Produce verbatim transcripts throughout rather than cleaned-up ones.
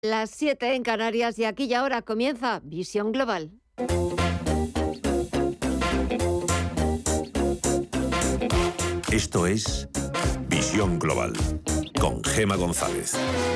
Las siete en Canarias y aquí y ahora comienza Visión Global. Esto es Visión Global con Gema González.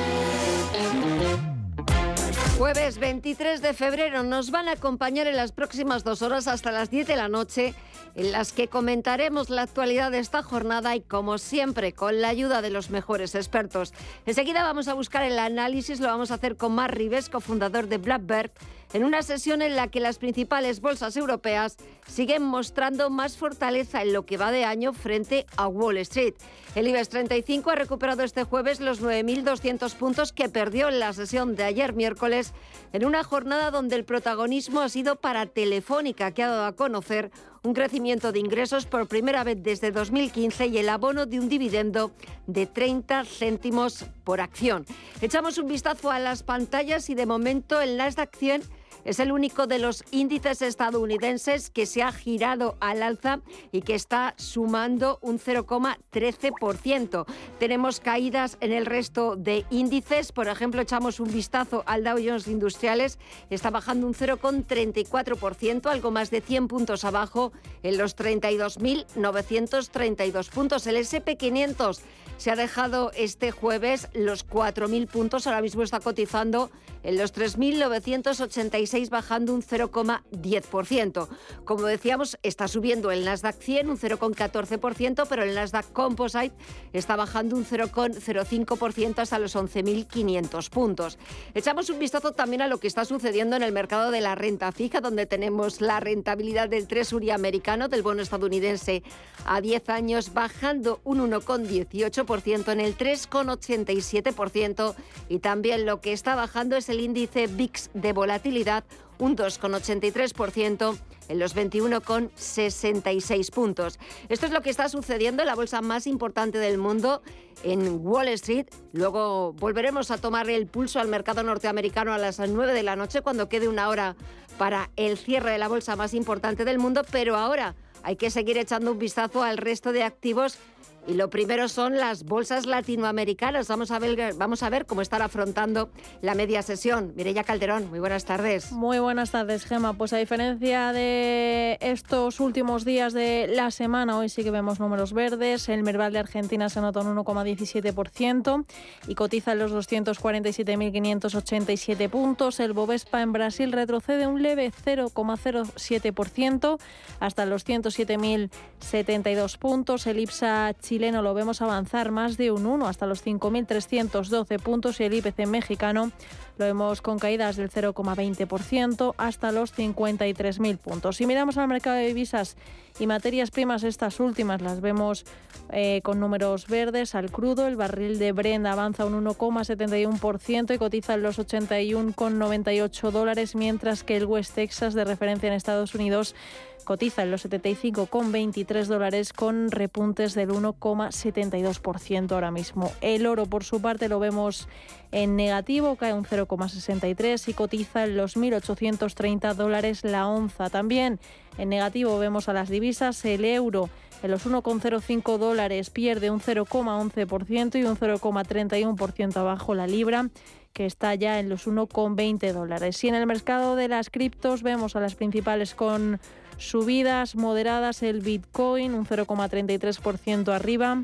Jueves veintitrés de febrero nos van a acompañar en las próximas dos horas hasta las diez de la noche, en las que comentaremos la actualidad de esta jornada y, como siempre, con la ayuda de los mejores expertos. Enseguida vamos a buscar el análisis, lo vamos a hacer con Marc Ribes, cofundador de Blackbird, en una sesión en la que las principales bolsas europeas siguen mostrando más fortaleza en lo que va de año frente a Wall Street. El IBEX treinta y cinco ha recuperado este jueves los nueve mil doscientos puntos que perdió en la sesión de ayer miércoles, en una jornada donde el protagonismo ha sido para Telefónica, que ha dado a conocer un crecimiento de ingresos por primera vez desde dos mil quince y el abono de un dividendo de treinta céntimos por acción. Echamos un vistazo a las pantallas y de momento el Nasdaq cien es el único de los índices estadounidenses que se ha girado al alza y que está sumando un cero coma trece por ciento. Tenemos caídas en el resto de índices. Por ejemplo, echamos un vistazo al Dow Jones Industriales. Está bajando un cero coma treinta y cuatro por ciento, algo más de cien puntos abajo, en los treinta y dos mil novecientos treinta y dos puntos. El ese and pe quinientos se ha dejado este jueves los cuatro mil puntos. Ahora mismo está cotizando en los tres mil novecientos ochenta y seis, bajando un cero coma diez por ciento. Como decíamos, está subiendo el Nasdaq cien un cero coma catorce por ciento, pero el Nasdaq Composite está bajando un cero coma cero cinco por ciento hasta los once mil quinientos puntos. Echamos un vistazo también a lo que está sucediendo en el mercado de la renta fija, donde tenemos la rentabilidad del Treasury americano, del bono estadounidense a diez años, bajando un uno coma dieciocho por ciento en el tres coma ochenta y siete por ciento, y también lo que está bajando es el índice V I X de volatilidad, un dos coma ochenta y tres por ciento en los veintiuno coma sesenta y seis puntos. Esto es lo que está sucediendo en la bolsa más importante del mundo, en Wall Street. Luego volveremos a tomar el pulso al mercado norteamericano a las nueve de la noche, cuando quede una hora para el cierre de la bolsa más importante del mundo, pero ahora hay que seguir echando un vistazo al resto de activos. Y lo primero son las bolsas latinoamericanas. Vamos a ver, vamos a ver cómo están afrontando la media sesión. Mireia Calderón, muy buenas tardes. Muy buenas tardes, Gema. Pues a diferencia de estos últimos días de la semana, hoy sí que vemos números verdes. El Merval de Argentina se nota un uno coma diecisiete por ciento y cotiza en los doscientos cuarenta y siete mil quinientos ochenta y siete puntos. El Bovespa en Brasil retrocede un leve cero coma cero siete por ciento hasta los ciento siete mil setenta y dos puntos. El IPSA chileno lo vemos avanzar más de un uno hasta los cinco mil trescientos doce puntos y el I P C mexicano lo vemos con caídas del cero coma veinte por ciento hasta los cincuenta y tres mil puntos. Si miramos al mercado de divisas y materias primas, estas últimas las vemos eh, con números verdes. Al crudo, el barril de Brent avanza un uno coma setenta y uno por ciento y cotiza en los ochenta y uno coma noventa y ocho dólares, mientras que el West Texas de referencia en Estados Unidos cotiza en los setenta y cinco coma veintitrés dólares, con repuntes del uno coma setenta y dos por ciento ahora mismo. El oro, por su parte, lo vemos en negativo, cae un cero coma sesenta y tres y cotiza en los mil ochocientos treinta dólares la onza. También en negativo vemos a las divisas. El euro en los uno coma cero cinco dólares pierde un cero coma once por ciento y un cero coma treinta y uno por ciento abajo la libra, que está ya en los uno coma veinte dólares. Y en el mercado de las criptos vemos a las principales con subidas moderadas. El Bitcoin un cero coma treinta y tres por ciento arriba,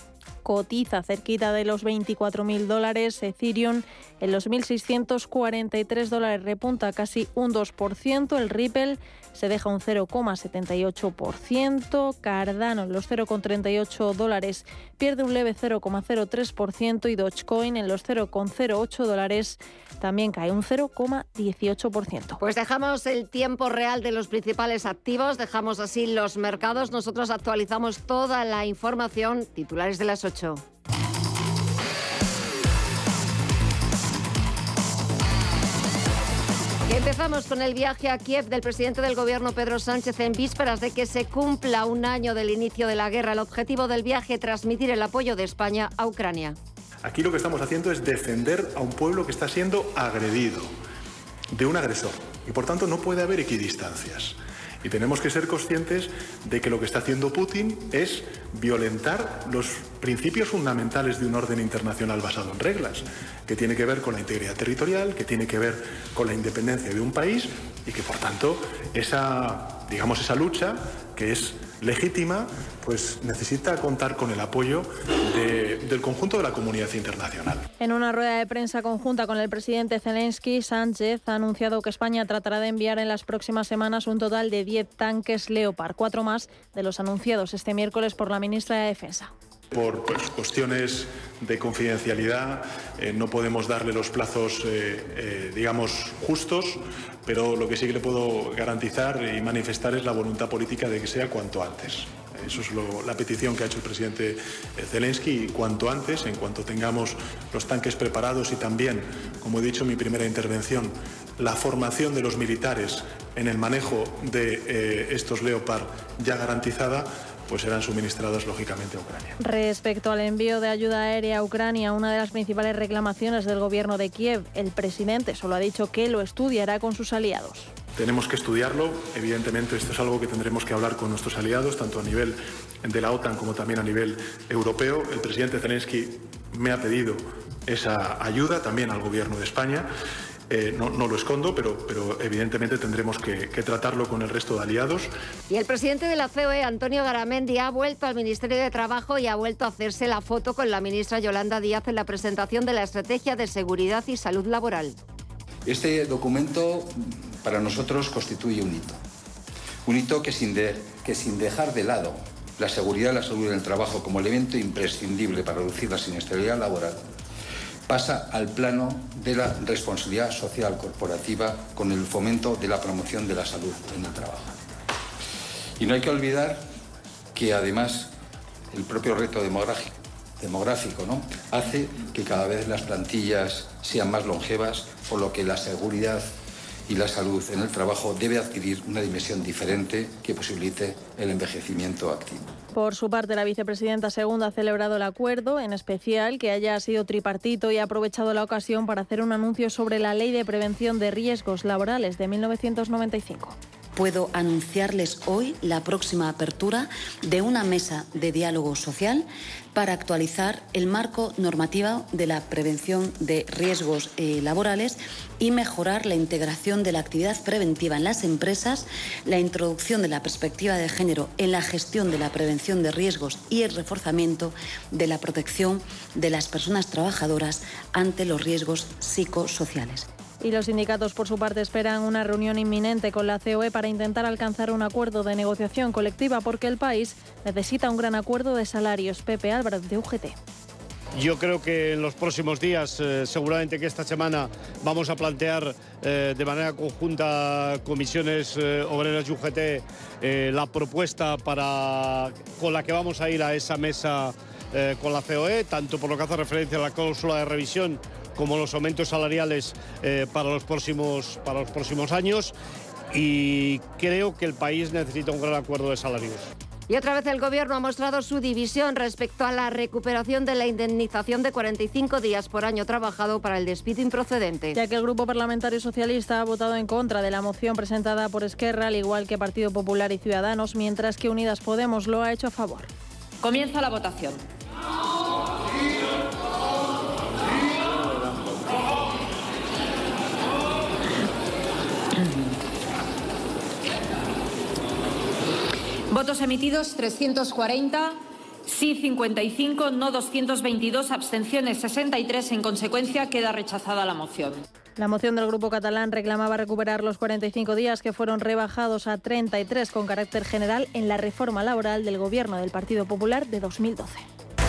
cotiza cerquita de los veinticuatro mil dólares. Ethereum en los mil seiscientos cuarenta y tres dólares, repunta casi un dos por ciento. El Ripple se deja un cero coma setenta y ocho por ciento. Cardano en los cero coma treinta y ocho dólares pierde un leve cero coma cero tres por ciento y Dogecoin en los cero coma cero ocho dólares también cae un cero coma dieciocho por ciento. Pues dejamos el tiempo real de los principales activos, dejamos así los mercados. Nosotros actualizamos toda la información. Titulares de las ocho. Empezamos con el viaje a Kiev del presidente del gobierno Pedro Sánchez en vísperas de que se cumpla un año del inicio de la guerra. El objetivo del viaje, transmitir el apoyo de España a Ucrania. Aquí lo que estamos haciendo es defender a un pueblo que está siendo agredido de un agresor y por tanto no puede haber equidistancias. Y tenemos que ser conscientes de que lo que está haciendo Putin es violentar los principios fundamentales de un orden internacional basado en reglas, que tiene que ver con la integridad territorial, que tiene que ver con la independencia de un país y que, por tanto, esa, digamos, esa lucha, que es legítima, pues necesita contar con el apoyo de, del conjunto de la comunidad internacional. En una rueda de prensa conjunta con el presidente Zelensky, Sánchez ha anunciado que España tratará de enviar en las próximas semanas un total de diez tanques Leopard, cuatro más de los anunciados este miércoles por la ministra de Defensa. Por pues, cuestiones de confidencialidad eh, no podemos darle los plazos, eh, eh, digamos, justos, pero lo que sí que le puedo garantizar y manifestar es la voluntad política de que sea cuanto antes. Eso es lo, la petición que ha hecho el presidente Zelensky, y cuanto antes, en cuanto tengamos los tanques preparados y también, como he dicho en mi primera intervención, la formación de los militares en el manejo de eh, estos Leopard ya garantizada, pues serán suministrados lógicamente a Ucrania. Respecto al envío de ayuda aérea a Ucrania, una de las principales reclamaciones del gobierno de Kiev, el presidente solo ha dicho que lo estudiará con sus aliados. Tenemos que estudiarlo, evidentemente esto es algo que tendremos que hablar con nuestros aliados, tanto a nivel de la OTAN como también a nivel europeo. El presidente Zelensky me ha pedido esa ayuda también al gobierno de España. Eh, no, no lo escondo, pero, pero evidentemente tendremos que, que tratarlo con el resto de aliados. Y el presidente de la C O E, Antonio Garamendi, ha vuelto al Ministerio de Trabajo y ha vuelto a hacerse la foto con la ministra Yolanda Díaz en la presentación de la Estrategia de Seguridad y Salud Laboral. Este documento para nosotros constituye un hito. Un hito que sin, de, que sin dejar de lado la seguridad y la salud en el trabajo como elemento imprescindible para reducir la siniestralidad laboral, pasa al plano de la responsabilidad social corporativa con el fomento de la promoción de la salud en el trabajo. Y no hay que olvidar que además el propio reto demográfico, demográfico ¿no? hace que cada vez las plantillas sean más longevas, por lo que la seguridad y la salud en el trabajo debe adquirir una dimensión diferente que posibilite el envejecimiento activo. Por su parte, la vicepresidenta segunda ha celebrado el acuerdo, en especial que haya sido tripartito, y ha aprovechado la ocasión para hacer un anuncio sobre la Ley de Prevención de Riesgos Laborales de mil novecientos noventa y cinco. Puedo anunciarles hoy la próxima apertura de una mesa de diálogo social para actualizar el marco normativo de la prevención de riesgos eh, laborales y mejorar la integración de la actividad preventiva en las empresas, la introducción de la perspectiva de género en la gestión de la prevención de riesgos y el reforzamiento de la protección de las personas trabajadoras ante los riesgos psicosociales. Y los sindicatos, por su parte, esperan una reunión inminente con la C O E para intentar alcanzar un acuerdo de negociación colectiva, porque el país necesita un gran acuerdo de salarios. Pepe Álvarez, de U G T. Yo creo que en los próximos días, eh, seguramente que esta semana, vamos a plantear eh, de manera conjunta, comisiones eh, obreras y U G T, eh, la propuesta para, con la que vamos a ir a esa mesa eh, con la C O E, tanto por lo que hace referencia a la cláusula de revisión como los aumentos salariales eh, para los próximos, para los próximos años, y creo que el país necesita un gran acuerdo de salarios. Y otra vez el Gobierno ha mostrado su división respecto a la recuperación de la indemnización de cuarenta y cinco días por año trabajado para el despido improcedente. Ya que el Grupo Parlamentario Socialista ha votado en contra de la moción presentada por Esquerra, al igual que Partido Popular y Ciudadanos, mientras que Unidas Podemos lo ha hecho a favor. Comienza la votación. Votos emitidos trescientos cuarenta, sí cincuenta y cinco, no doscientos veintidós, abstenciones sesenta y tres. En consecuencia, queda rechazada la moción. La moción del Grupo catalán reclamaba recuperar los cuarenta y cinco días que fueron rebajados a treinta y tres con carácter general en la reforma laboral del Gobierno del Partido Popular de dos mil doce.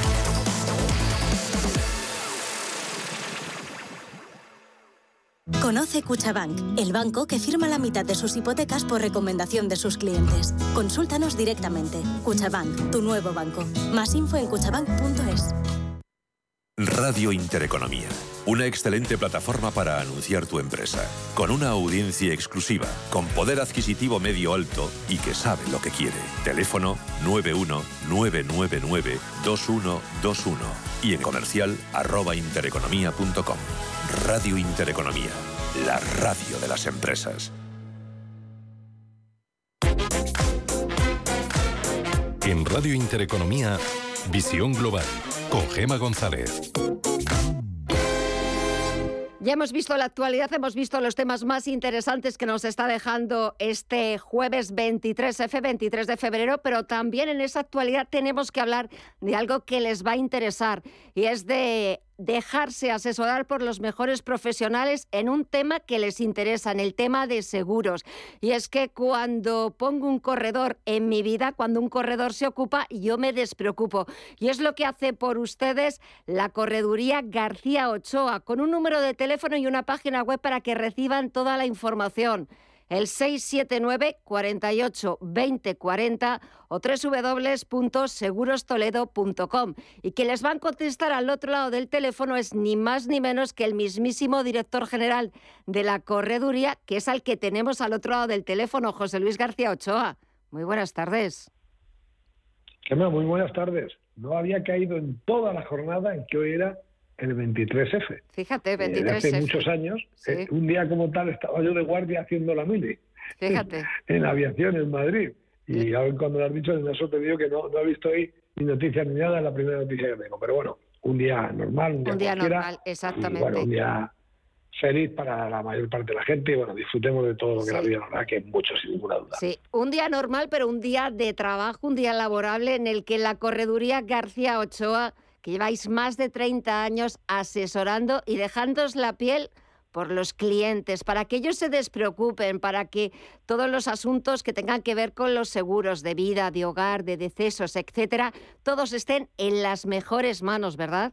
Conoce Cuchabank, el banco que firma la mitad de sus hipotecas por recomendación de sus clientes. Consúltanos directamente. Cuchabank, tu nuevo banco. Más info en cuchabank punto es. Radio Intereconomía, una excelente plataforma para anunciar tu empresa, con una audiencia exclusiva, con poder adquisitivo medio alto y que sabe lo que quiere. Teléfono nueve uno nueve nueve nueve dos uno dos uno y en comercial arroba intereconomía punto com. Radio Intereconomía, la radio de las empresas. En Radio Intereconomía, Visión Global, con Gema González. Ya hemos visto la actualidad, hemos visto los temas más interesantes que nos está dejando este jueves veintitrés F, veintitrés de febrero, pero también en esa actualidad tenemos que hablar de algo que les va a interesar, y es de dejarse asesorar por los mejores profesionales en un tema que les interesa, en el tema de seguros. Y es que cuando pongo un corredor en mi vida, cuando un corredor se ocupa, yo me despreocupo. Y es lo que hace por ustedes la Correduría García Ochoa, con un número de teléfono y una página web para que reciban toda la información. El seis siete nueve, cuarenta y ocho, veinte cuarenta o doble u doble u doble u punto seguros toledo punto com. Y que les van a contestar al otro lado del teléfono es ni más ni menos que el mismísimo director general de la Correduría, que es al que tenemos al otro lado del teléfono, José Luis García Ochoa. Muy buenas tardes. Gemma, muy buenas tardes. No había caído en toda la jornada en que hoy era el veintitrés F. Fíjate, veintitrés F. Eh, hace muchos años, sí. eh, un día como tal estaba yo de guardia haciendo la mili. Fíjate. En la aviación en Madrid. Y sí. Ahora cuando lo has dicho me ha sorprendido que no, no he visto hoy ni noticias ni nada, es la primera noticia que tengo. Pero bueno, un día normal, un día, un día normal, exactamente. Y, bueno, un día feliz para la mayor parte de la gente y bueno, disfrutemos de todo lo que sí. La vida nos da, que es mucho, sin ninguna duda. Sí, un día normal, pero un día de trabajo, un día laborable en el que la Correduría García Ochoa, que lleváis más de treinta años asesorando y dejándoos la piel por los clientes, para que ellos se despreocupen, para que todos los asuntos que tengan que ver con los seguros de vida, de hogar, de decesos, etcétera, todos estén en las mejores manos, ¿verdad?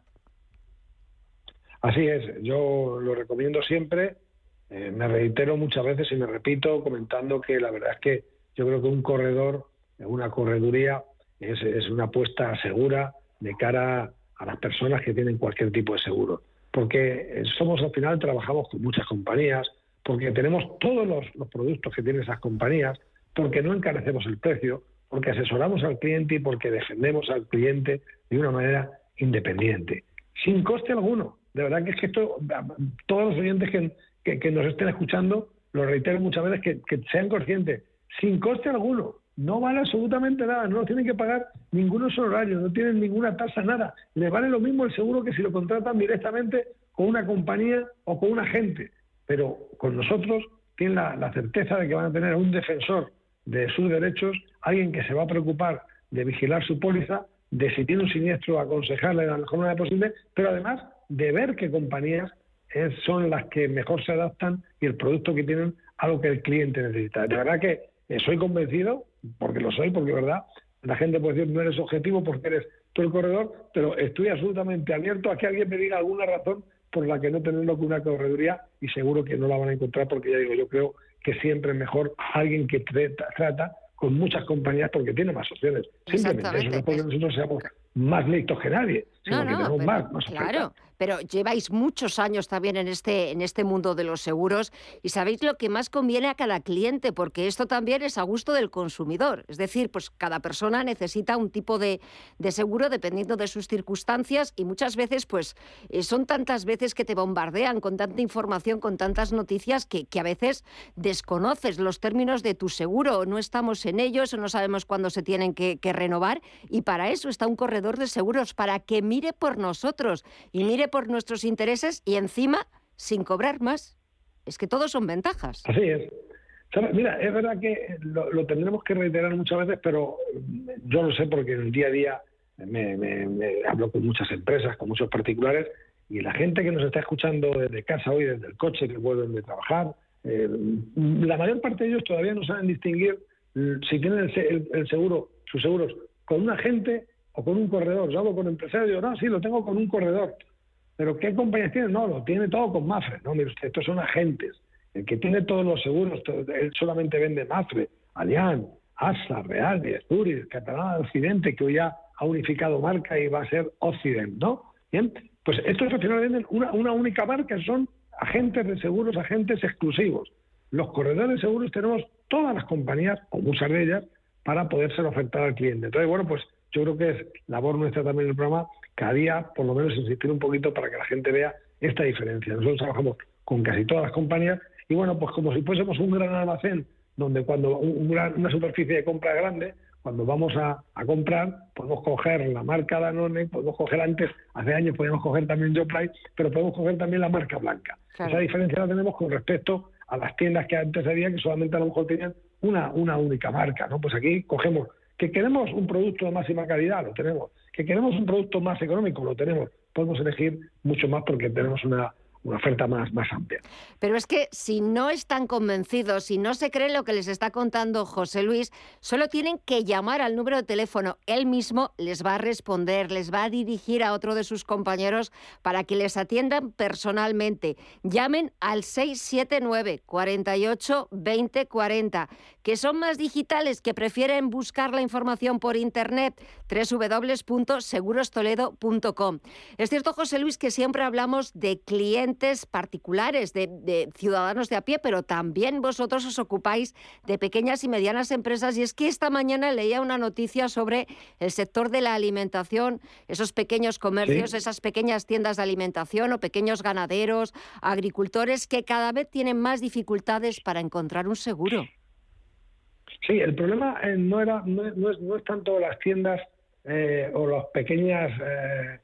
Así es, yo lo recomiendo siempre, eh, me reitero muchas veces y me repito comentando que la verdad es que yo creo que un corredor, una correduría, es, es una apuesta segura de cara a las personas que tienen cualquier tipo de seguro. Porque somos, al final, trabajamos con muchas compañías, porque tenemos todos los, los productos que tienen esas compañías, porque no encarecemos el precio, porque asesoramos al cliente y porque defendemos al cliente de una manera independiente, sin coste alguno. De verdad que es que esto, todos los oyentes que, que, que nos estén escuchando, lo reitero muchas veces, que, que sean conscientes, sin coste alguno. No vale absolutamente nada, no tienen que pagar ningún honorario, no tienen ninguna tasa, nada. Les vale lo mismo el seguro que si lo contratan directamente con una compañía o con un agente. Pero con nosotros tienen la, la certeza de que van a tener un defensor de sus derechos, alguien que se va a preocupar de vigilar su póliza, de si tiene un siniestro aconsejarle de la mejor manera posible, pero además de ver qué compañías es, son las que mejor se adaptan y el producto que tienen a lo que el cliente necesita. De verdad que eh, soy convencido, porque lo soy, porque verdad, la gente puede decir no eres objetivo porque eres tú el corredor, pero estoy absolutamente abierto a que alguien me diga alguna razón por la que no tenerlo con una correduría y seguro que no la van a encontrar porque ya digo, yo creo que siempre es mejor alguien que trata, trata con muchas compañías porque tiene más opciones. Simplemente eso, no porque nosotros seamos más listos que nadie, sino no, no, que tenemos pero, más, más claro, oferta. Pero lleváis muchos años también en este, en este mundo de los seguros y sabéis lo que más conviene a cada cliente, porque esto también es a gusto del consumidor. Es decir, pues cada persona necesita un tipo de, de seguro dependiendo de sus circunstancias y muchas veces pues eh, son tantas veces que te bombardean con tanta información, con tantas noticias que, que a veces desconoces los términos de tu seguro, o no estamos en ellos o no sabemos cuándo se tienen que, que renovar y para eso está un corredor de seguros, para que mire por nosotros y mire por nuestros intereses y encima sin cobrar más. Es que todos son ventajas. Así es. Mira, es verdad que lo, lo tendremos que reiterar muchas veces, pero yo lo sé porque en el día a día me, me, me hablo con muchas empresas, con muchos particulares, y la gente que nos está escuchando desde casa hoy, desde el coche, que vuelven de trabajar, eh, la mayor parte de ellos todavía no saben distinguir si tienen el, el, el seguro, sus seguros con un agente o con un corredor. Yo hablo con empresarios y digo, no, sí, lo tengo con un corredor. ¿Pero qué compañías tiene? No, lo tiene todo con Mapfre. No, mire usted, estos son agentes. El que tiene todos los seguros, él solamente vende Mapfre, Allianz, A S A, Real, Zurich, Catalana de Occidente, que hoy ya ha unificado marca y va a ser Occident, ¿no? Bien, pues estos al final venden una, una única marca, son agentes de seguros, agentes exclusivos. Los corredores de seguros tenemos todas las compañías, o muchas de ellas, para poderse ofertar al cliente. Entonces, bueno, pues yo creo que es labor nuestra también en el programa cada día, por lo menos, insistir un poquito para que la gente vea esta diferencia. Nosotros trabajamos con casi todas las compañías y, bueno, pues como si fuésemos un gran almacén donde cuando un gran, una superficie de compra grande, cuando vamos a, a comprar, podemos coger la marca Danone, podemos coger antes, hace años podíamos coger también Yoplait, pero podemos coger también la marca blanca. Claro. Esa diferencia la tenemos con respecto a las tiendas que antes había, que solamente a lo mejor tenían una, una única marca, ¿no? Pues aquí cogemos, que queremos un producto de máxima calidad, lo tenemos, que queremos un producto más económico, lo tenemos, podemos elegir mucho más porque tenemos una una oferta más, más amplia. Pero es que si no están convencidos, si no se creen lo que les está contando José Luis, solo tienen que llamar al número de teléfono. Él mismo les va a responder, les va a dirigir a otro de sus compañeros para que les atiendan personalmente. Llamen al seis siete nueve, cuatro ocho, veinte cuarenta, que son más digitales, que prefieren buscar la información por internet, doble u doble u doble u punto seguros toledo punto com. Es cierto, José Luis, que siempre hablamos de clientes particulares, de, de ciudadanos de a pie, pero también vosotros os ocupáis de pequeñas y medianas empresas, y es que esta mañana leía una noticia sobre el sector de la alimentación, esos pequeños comercios, sí. esas pequeñas tiendas de alimentación o pequeños ganaderos, agricultores que cada vez tienen más dificultades para encontrar un seguro. Sí, el problema eh, no era no, no, es, no es tanto las tiendas eh, o las pequeñas eh,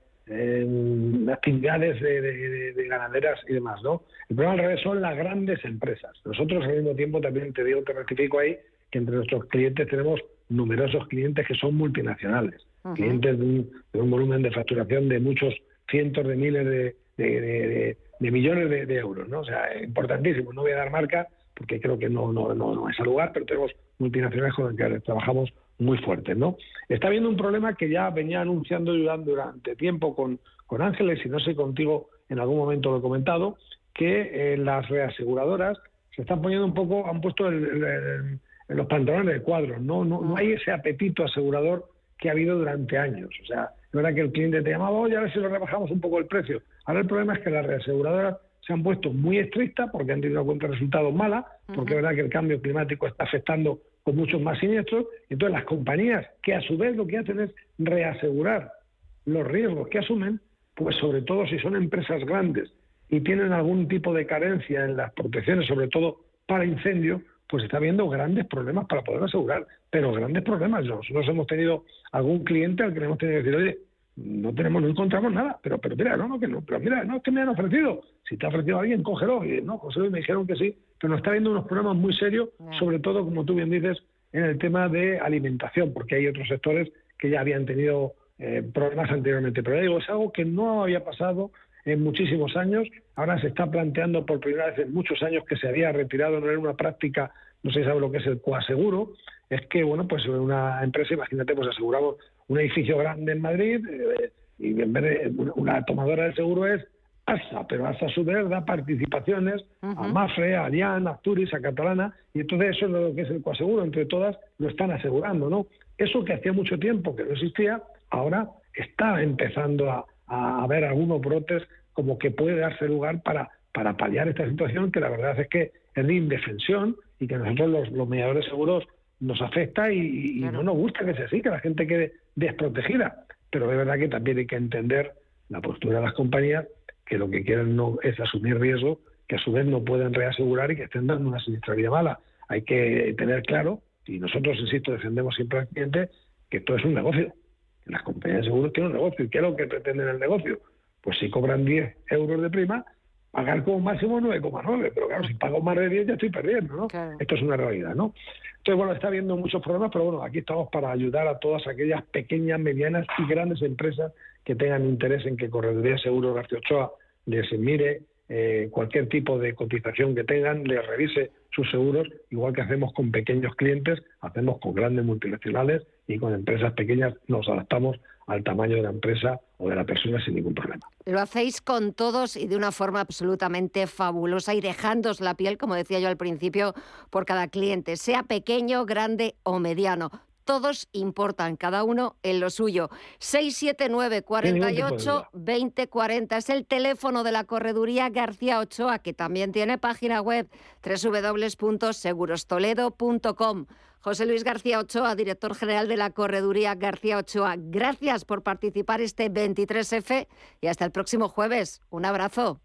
en actividades de, de, de ganaderas y demás, ¿no? El problema al revés son las grandes empresas. Nosotros al mismo tiempo también te digo, te rectifico ahí, que entre nuestros clientes tenemos numerosos clientes que son multinacionales, uh-huh. clientes de un, de un volumen de facturación de muchos cientos de miles de, de, de, de, de millones de, de euros, ¿no? O sea, importantísimo. No voy a dar marca porque creo que no, no, no, no es al lugar, pero tenemos multinacionales con las que trabajamos muy fuertes, ¿no? Está habiendo un problema que ya venía anunciando durante tiempo con, con Ángeles, y no sé contigo en algún momento lo he comentado, que eh, las reaseguradoras se están poniendo un poco, han puesto el, el, el, el, los pantalones del cuadro, no, no, no hay ese apetito asegurador que ha habido durante años. O sea, es verdad que el cliente te llamaba, oye, a ver si lo rebajamos un poco el precio. Ahora el problema es que las reaseguradoras se han puesto muy estrictas porque han tenido en cuenta resultados malos, porque uh-huh. es verdad que el cambio climático está afectando con muchos más siniestros. Entonces las compañías, que a su vez lo que hacen es reasegurar los riesgos que asumen, pues sobre todo si son empresas grandes y tienen algún tipo de carencia en las protecciones, sobre todo para incendio, pues está habiendo grandes problemas para poder asegurar, pero grandes problemas. Nosotros hemos tenido algún cliente al que le hemos tenido que decir, oye, no tenemos, no encontramos nada, pero pero mira, no, no, que no, pero mira, no, es que me han ofrecido, si te ha ofrecido alguien, cógelo, y no, José Luis, me dijeron que sí, pero nos está viendo unos problemas muy serios, yeah. sobre todo, como tú bien dices, en el tema de alimentación, porque hay otros sectores que ya habían tenido eh, problemas anteriormente, pero digo, es algo que no había pasado en muchísimos años, ahora se está planteando por primera vez en muchos años, que se había retirado, no era una práctica, no sé si sabe lo que es el coaseguro, es que, bueno, pues una empresa, imagínate, pues aseguramos un edificio grande en Madrid eh, y en vez de una tomadora de seguro es AXA, pero AXA a su vez da participaciones uh-huh. a Mafre, a Allianz, a Acturis, a Catalana, y entonces eso es lo que es el coaseguro, entre todas lo están asegurando, ¿no? Eso que hacía mucho tiempo que no existía, ahora está empezando a, a haber algunos brotes como que puede darse lugar para, para paliar esta situación, que la verdad es que es de indefensión y que a nosotros los, los mediadores seguros nos afecta y, y claro. no nos gusta que sea así, que la gente quede desprotegida. Pero de verdad que también hay que entender la postura de las compañías, que lo que quieren no es asumir riesgo, que a su vez no pueden reasegurar y que estén dando una siniestralidad mala. Hay que tener claro, y nosotros, insisto, defendemos siempre al cliente, que esto es un negocio. Las compañías de seguros tienen un negocio. ¿Y qué es lo que pretenden el negocio? Pues si cobran diez euros de prima, pagar como máximo nueve coma nueve, pero claro, si pago más de diez ya estoy perdiendo, ¿no? Claro. Esto es una realidad, ¿no? Entonces, bueno, está habiendo muchos problemas, pero bueno, aquí estamos para ayudar a todas aquellas pequeñas, medianas y grandes empresas que tengan interés en que Correduría Seguros García Ochoa les mire eh, cualquier tipo de cotización que tengan, les revise sus seguros, igual que hacemos con pequeños clientes, hacemos con grandes multinacionales y con empresas pequeñas nos adaptamos al tamaño de la empresa o de la persona sin ningún problema. Lo hacéis con todos y de una forma absolutamente fabulosa y dejándoos la piel, como decía yo al principio, por cada cliente, sea pequeño, grande o mediano. Todos importan, cada uno en lo suyo. seis siete nueve, cuatro ocho, veinte cuarenta es el teléfono de la Correduría García Ochoa, que también tiene página web, doble u doble u doble u punto seguros toledo punto com. José Luis García Ochoa, director general de la Correduría García Ochoa, gracias por participar este veintitrés efe y hasta el próximo jueves. Un abrazo.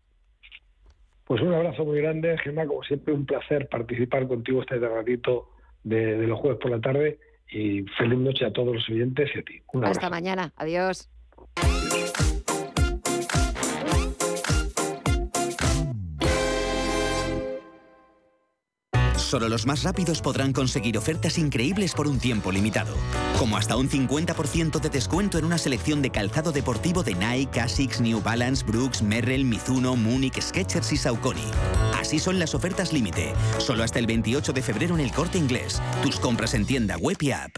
Pues un abrazo muy grande, Gemma, como siempre un placer participar contigo este ratito de, de los jueves por la tarde. y feliz noche a todos los oyentes y a ti. Un abrazo. Hasta mañana. Adiós. Solo los más rápidos podrán conseguir ofertas increíbles por un tiempo limitado. Como hasta un cincuenta por ciento de descuento en una selección de calzado deportivo de Nike, Asics, New Balance, Brooks, Merrell, Mizuno, Munich, Skechers y Saucony. Así son las ofertas límite. Solo hasta el veintiocho de febrero en El Corte Inglés. Tus compras en tienda, web y app.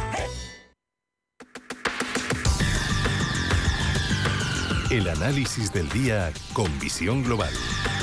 El análisis del día con visión global.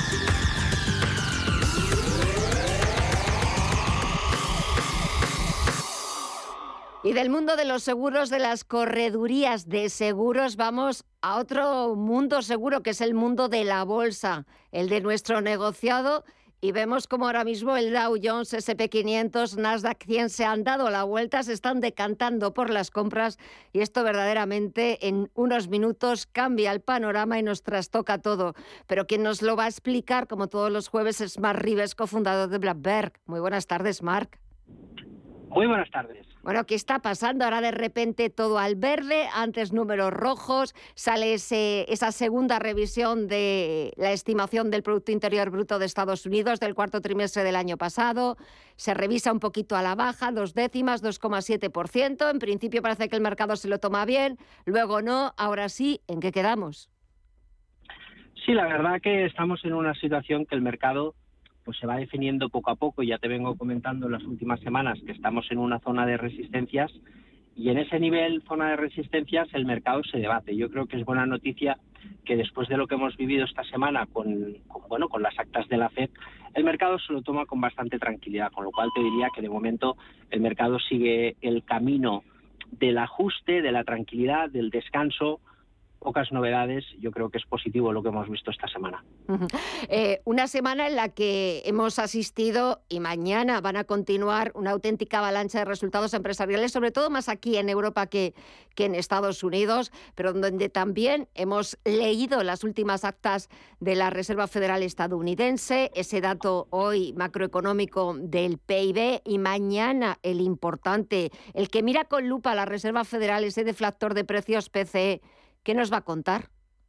Y del mundo de los seguros, de las corredurías de seguros, vamos a otro mundo seguro, que es el mundo de la bolsa, el de nuestro negociado. Y vemos como ahora mismo el Dow Jones, ese and pe quinientos, Nasdaq cien se han dado la vuelta, se están decantando por las compras, y esto verdaderamente en unos minutos cambia el panorama y nos trastoca todo. Pero quien nos lo va a explicar, como todos los jueves, es Mark Rives, cofundador de Blackberg. Muy buenas tardes, Mark. Muy buenas tardes. Bueno, ¿qué está pasando? Ahora de repente todo al verde, antes números rojos, sale ese, esa segunda revisión de la estimación del Producto Interior Bruto de Estados Unidos del cuarto trimestre del año pasado, se revisa un poquito a la baja, dos décimas, dos coma siete por ciento, en principio parece que el mercado se lo toma bien, luego no, ahora sí, ¿en qué quedamos? Sí, la verdad que estamos en una situación que el mercado pues se va definiendo poco a poco. Ya te vengo comentando en las últimas semanas que estamos en una zona de resistencias, y en ese nivel, zona de resistencias, el mercado se debate. Yo creo que es buena noticia que después de lo que hemos vivido esta semana con, con, bueno, con las actas de la Fed, el mercado se lo toma con bastante tranquilidad, con lo cual te diría que de momento el mercado sigue el camino del ajuste, de la tranquilidad, del descanso. Pocas novedades, yo creo que es positivo lo que hemos visto esta semana. Uh-huh. Eh, una semana en la que hemos asistido, y mañana van a continuar, una auténtica avalancha de resultados empresariales, sobre todo más aquí en Europa que, que en Estados Unidos, pero donde también hemos leído las últimas actas de la Reserva Federal estadounidense, ese dato hoy macroeconómico del P I B, y mañana el importante, el que mira con lupa la Reserva Federal, ese deflactor de precios P C E. ¿Qué nos va a contar?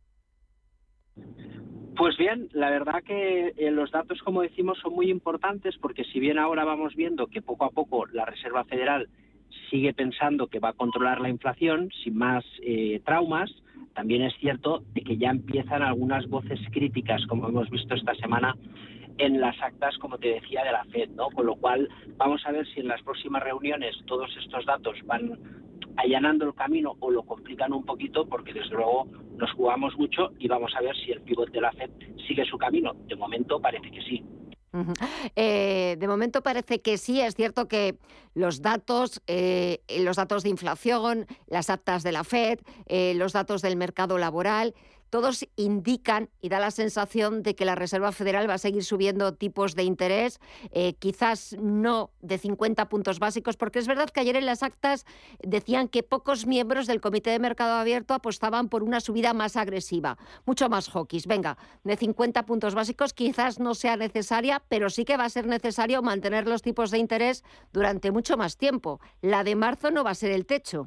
Pues bien, la verdad que eh, los datos, como decimos, son muy importantes, porque si bien ahora vamos viendo que poco a poco la Reserva Federal sigue pensando que va a controlar la inflación sin más eh, traumas, también es cierto de que ya empiezan algunas voces críticas, como hemos visto esta semana en las actas, como te decía, de la Fed, ¿no? Con lo cual vamos a ver si en las próximas reuniones todos estos datos van allanando el camino o lo complican un poquito, porque desde luego nos jugamos mucho y vamos a ver si el pivot de la Fed sigue su camino. De momento parece que sí. Uh-huh. Eh, de momento parece que sí. Es cierto que los datos, eh, los datos de inflación, las actas de la Fed, eh, los datos del mercado laboral, todos indican y da la sensación de que la Reserva Federal va a seguir subiendo tipos de interés, eh, quizás no de cincuenta puntos básicos, porque es verdad que ayer en las actas decían que pocos miembros del Comité de Mercado Abierto apostaban por una subida más agresiva, mucho más hawkish. Venga, de cincuenta puntos básicos quizás no sea necesaria, pero sí que va a ser necesario mantener los tipos de interés durante mucho más tiempo. La de marzo no va a ser el techo.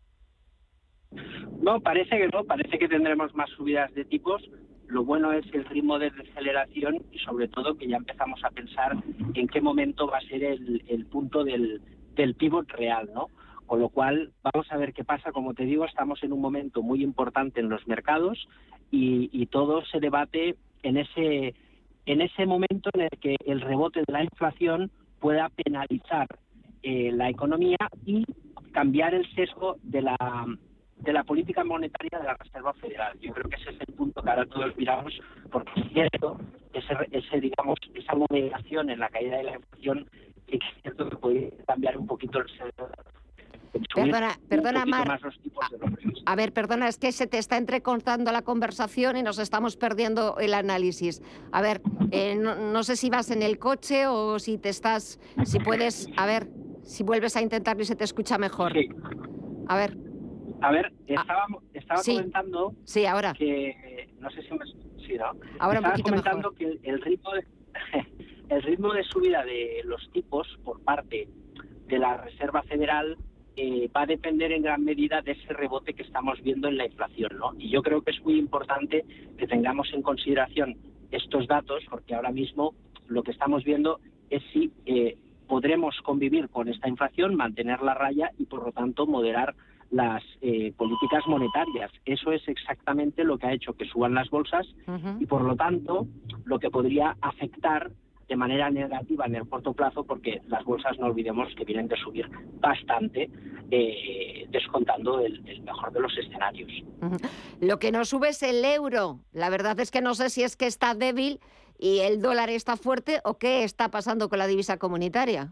No, parece que no, parece que tendremos más subidas de tipos. Lo bueno es el ritmo de deceleración y sobre todo que ya empezamos a pensar en qué momento va a ser el, el punto del, del pivot real, ¿no? Con lo cual vamos a ver qué pasa. Como te digo, estamos en un momento muy importante en los mercados y, y todo se debate en ese, en ese momento en el que el rebote de la inflación pueda penalizar eh, la economía y cambiar el sesgo de la de la política monetaria de la Reserva Federal. Yo creo que ese es el punto que ahora todos miramos, porque es cierto, ese, ese, digamos, esa moderación en la caída de la inflación, es cierto que puede cambiar un poquito el sesgo. Perdona, perdona, Mar. A, a ver, perdona, es que se te está entrecortando la conversación y nos estamos perdiendo el análisis. A ver, eh, no, no sé si vas en el coche o si te estás, si puedes, a ver, si vuelves a intentarlo y se te escucha mejor. Sí. A ver. A ver, estaba, estaba sí. comentando sí, ahora. que, no sé si me... Sí, ¿no? Ahora estaba un comentando mejor. que el, el, ritmo de, el ritmo de subida de los tipos por parte de la Reserva Federal eh, va a depender en gran medida de ese rebote que estamos viendo en la inflación, ¿no? Y yo creo que es muy importante que tengamos en consideración estos datos, porque ahora mismo lo que estamos viendo es si eh, podremos convivir con esta inflación, mantener la raya y, por lo tanto, moderar las eh, políticas monetarias. Eso es exactamente lo que ha hecho que suban las bolsas uh-huh. y, por lo tanto, lo que podría afectar de manera negativa en el corto plazo, porque las bolsas, no olvidemos que vienen de subir bastante, eh, descontando el, el mejor de los escenarios. Uh-huh. Lo que no sube es el euro. La verdad es que no sé si es que está débil y el dólar está fuerte o qué está pasando con la divisa comunitaria.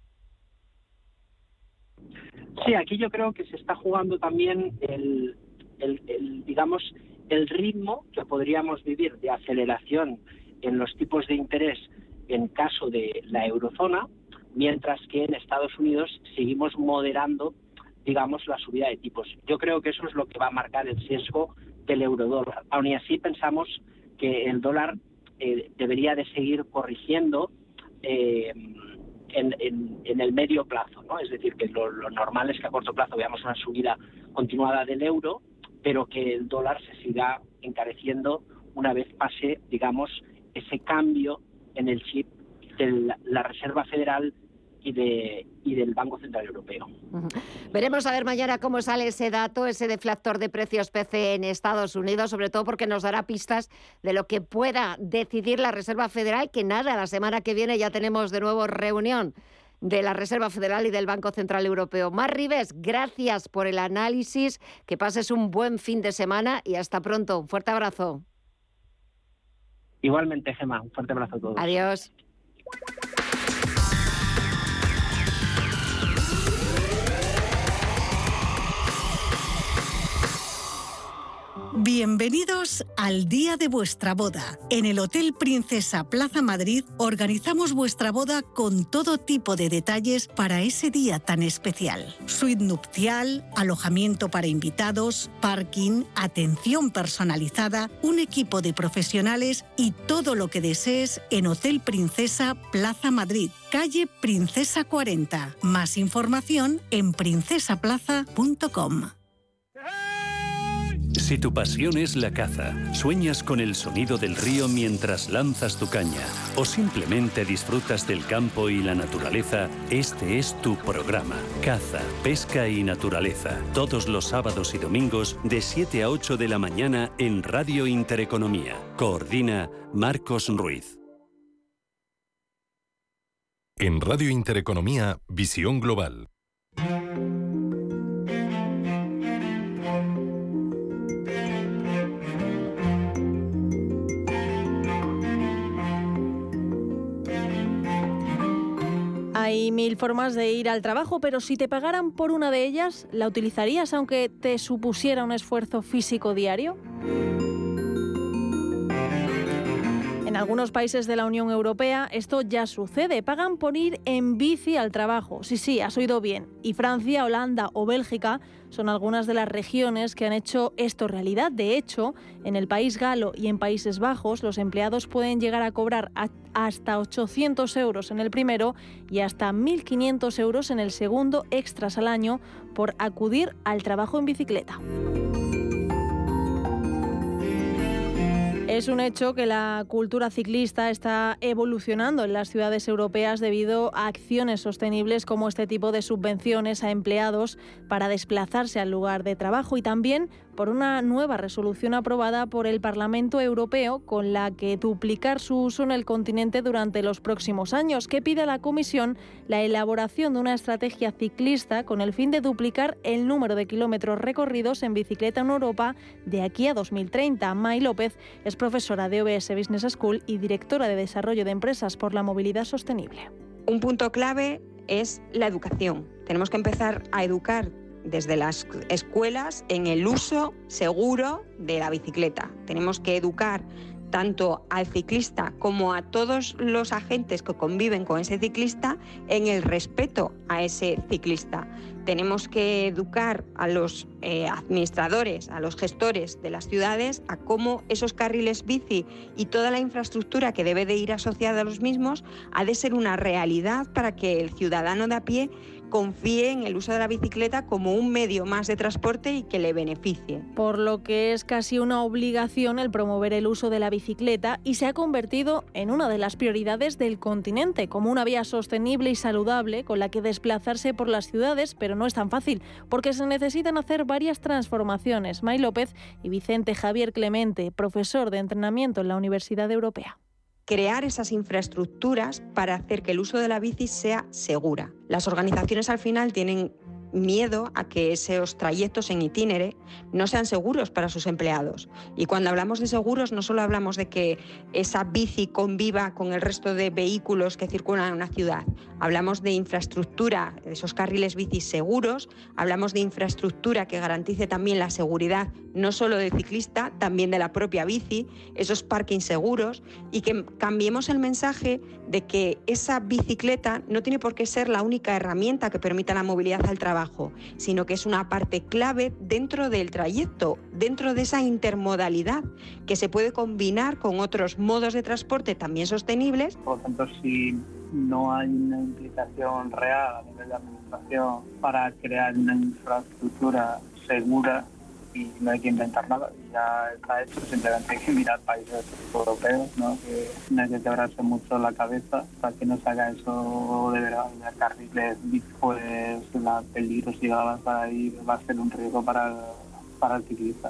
Sí, aquí yo creo que se está jugando también el, el, el, digamos, el ritmo que podríamos vivir de aceleración en los tipos de interés en caso de la eurozona, mientras que en Estados Unidos seguimos moderando, digamos, la subida de tipos. Yo creo que eso es lo que va a marcar el sesgo del eurodólar. Aún y así pensamos que el dólar eh, debería de seguir corrigiendo eh, En, en, en el medio plazo, ¿no? Es decir, que lo, lo normal es que a corto plazo veamos una subida continuada del euro, pero que el dólar se siga encareciendo una vez pase, digamos, ese cambio en el chip de la Reserva Federal y, de, y del Banco Central Europeo. Uh-huh. Veremos a ver mañana cómo sale ese dato, ese deflactor de precios P C E en Estados Unidos, sobre todo porque nos dará pistas de lo que pueda decidir la Reserva Federal, que nada, la semana que viene ya tenemos de nuevo reunión de la Reserva Federal y del Banco Central Europeo. Mar Ribes, gracias por el análisis, que pases un buen fin de semana y hasta pronto. Un fuerte abrazo. Igualmente, Gemma, un fuerte abrazo a todos. Adiós. Bienvenidos al día de vuestra boda. En el Hotel Princesa Plaza Madrid organizamos vuestra boda con todo tipo de detalles para ese día tan especial. Suite nupcial, alojamiento para invitados, parking, atención personalizada, un equipo de profesionales y todo lo que desees en Hotel Princesa Plaza Madrid, calle Princesa cuarenta. Más información en princesa plaza punto com. Si tu pasión es la caza, sueñas con el sonido del río mientras lanzas tu caña o simplemente disfrutas del campo y la naturaleza, este es tu programa. Caza, pesca y naturaleza. Todos los sábados y domingos de siete a ocho de la mañana en Radio Intereconomía. Coordina Marcos Ruiz. En Radio Intereconomía, Visión Global. Hay mil formas de ir al trabajo, pero si te pagaran por una de ellas, ¿la utilizarías aunque te supusiera un esfuerzo físico diario? En algunos países de la Unión Europea esto ya sucede. Pagan por ir en bici al trabajo. Sí, sí, has oído bien. Y Francia, Holanda o Bélgica son algunas de las regiones que han hecho esto realidad. De hecho, en el país galo y en Países Bajos, los empleados pueden llegar a cobrar a hasta ochocientos euros en el primero y hasta mil quinientos euros en el segundo extras al año por acudir al trabajo en bicicleta. Es un hecho que la cultura ciclista está evolucionando en las ciudades europeas debido a acciones sostenibles como este tipo de subvenciones a empleados para desplazarse al lugar de trabajo y también por una nueva resolución aprobada por el Parlamento Europeo con la que duplicar su uso en el continente durante los próximos años, que pide a la Comisión la elaboración de una estrategia ciclista con el fin de duplicar el número de kilómetros recorridos en bicicleta en Europa de aquí a dos mil treinta. May López es profesora de O B S Business School y directora de Desarrollo de Empresas por la Movilidad Sostenible. Un punto clave es la educación. Tenemos que empezar a educar desde las escuelas en el uso seguro de la bicicleta. Tenemos que educar tanto al ciclista como a todos los agentes que conviven con ese ciclista en el respeto a ese ciclista. Tenemos que educar a los eh, administradores, a los gestores de las ciudades, a cómo esos carriles bici y toda la infraestructura que debe de ir asociada a los mismos ha de ser una realidad para que el ciudadano de a pie confíe en el uso de la bicicleta como un medio más de transporte y que le beneficie. Por lo que es casi una obligación el promover el uso de la bicicleta y se ha convertido en una de las prioridades del continente, como una vía sostenible y saludable con la que desplazarse por las ciudades, pero no es tan fácil, porque se necesitan hacer varias transformaciones. May López y Vicente Javier Clemente, profesor de entrenamiento en la Universidad Europea. Crear esas infraestructuras para hacer que el uso de la bici sea segura. Las organizaciones al final tienen miedo a que esos trayectos en itinere no sean seguros para sus empleados. Y cuando hablamos de seguros no solo hablamos de que esa bici conviva con el resto de vehículos que circulan en una ciudad, hablamos de infraestructura, de esos carriles bici seguros, hablamos de infraestructura que garantice también la seguridad no solo del ciclista, también de la propia bici, esos parkings seguros, y que cambiemos el mensaje de que esa bicicleta no tiene por qué ser la única herramienta que permita la movilidad al trabajo, sino que es una parte clave dentro del trayecto, dentro de esa intermodalidad que se puede combinar con otros modos de transporte también sostenibles. Por lo tanto, si no hay una implicación real a nivel de administración para crear una infraestructura segura, y no hay que inventar nada, ya está hecho, simplemente hay que mirar países europeos, ¿no? Que no hay que quebrarse mucho la cabeza para que no se haga eso de verdad, de carriles, pues la peligrosidad va a, ir, va a ser un riesgo para el, para el ciclista.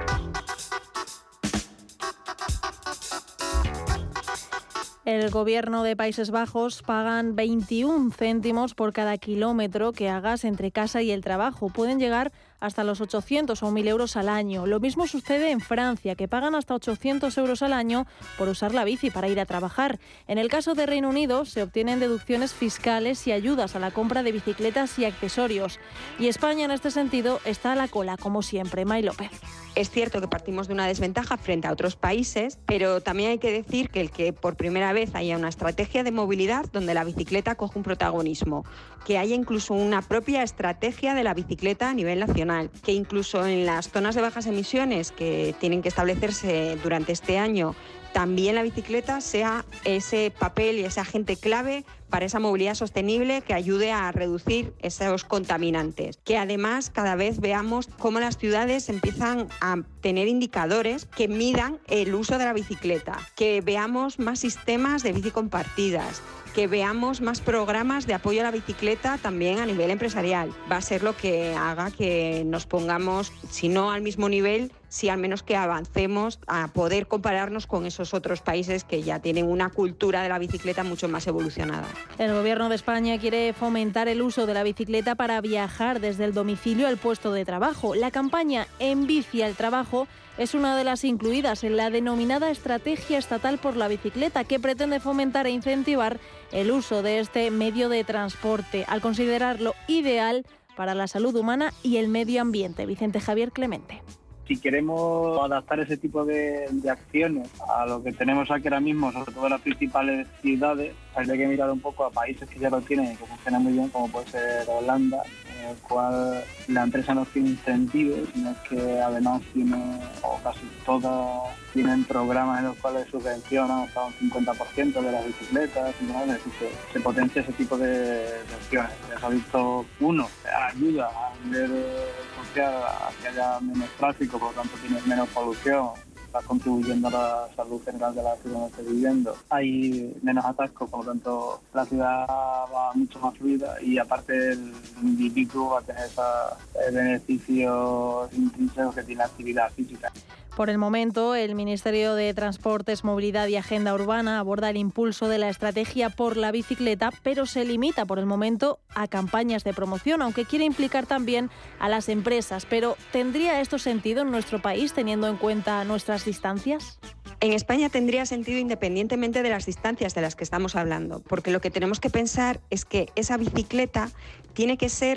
El gobierno de Países Bajos pagan veintiún céntimos por cada kilómetro que hagas entre casa y el trabajo. Pueden llegar hasta los ochocientos o mil euros al año. Lo mismo sucede en Francia, que pagan hasta ochocientos euros al año por usar la bici para ir a trabajar. En el caso de Reino Unido se obtienen deducciones fiscales y ayudas a la compra de bicicletas y accesorios. Y España en este sentido está a la cola, como siempre. May López. Es cierto que partimos de una desventaja frente a otros países, pero también hay que decir que el que por primera vez haya una estrategia de movilidad donde la bicicleta coge un protagonismo, que haya incluso una propia estrategia de la bicicleta a nivel nacional, que incluso en las zonas de bajas emisiones que tienen que establecerse durante este año, también la bicicleta sea ese papel y ese agente clave para esa movilidad sostenible que ayude a reducir esos contaminantes. Que además cada vez veamos cómo las ciudades empiezan a tener indicadores que midan el uso de la bicicleta, que veamos más sistemas de bici compartidas, que veamos más programas de apoyo a la bicicleta también a nivel empresarial. Va a ser lo que haga que nos pongamos, si no al mismo nivel, sí al menos que avancemos a poder compararnos con esos otros países que ya tienen una cultura de la bicicleta mucho más evolucionada. El Gobierno de España quiere fomentar el uso de la bicicleta para viajar desde el domicilio al puesto de trabajo. La campaña En Bici al Trabajo es una de las incluidas en la denominada Estrategia Estatal por la Bicicleta, que pretende fomentar e incentivar el uso de este medio de transporte, al considerarlo ideal para la salud humana y el medio ambiente. Vicente Javier Clemente. Si queremos adaptar ese tipo de, de acciones a lo que tenemos aquí ahora mismo, sobre todo en las principales ciudades, habría que mirar un poco a países que ya lo tienen y que funcionan muy bien, como puede ser Holanda, en el cual la empresa no tiene incentivos, sino que además tiene, o casi todas, tienen programas en los cuales subvencionan hasta un cincuenta por ciento de las bicicletas, ¿no? Es decir, que se potencia ese tipo de, de acciones. Ya se ha visto, uno, ayuda a nivel social a que haya menos tráfico, por lo tanto tienes menos polución, está contribuyendo a la salud general de la ciudad donde esté viviendo. Hay menos atascos, por lo tanto la ciudad va mucho más fluida y aparte el individuo va a tener esos beneficios intrínsecos que tiene la actividad física. Por el momento, el Ministerio de Transportes, Movilidad y Agenda Urbana aborda el impulso de la estrategia por la bicicleta, pero se limita por el momento a campañas de promoción, aunque quiere implicar también a las empresas. Pero ¿tendría esto sentido en nuestro país, teniendo en cuenta nuestras distancias? En España tendría sentido independientemente de las distancias de las que estamos hablando, porque lo que tenemos que pensar es que esa bicicleta tiene que ser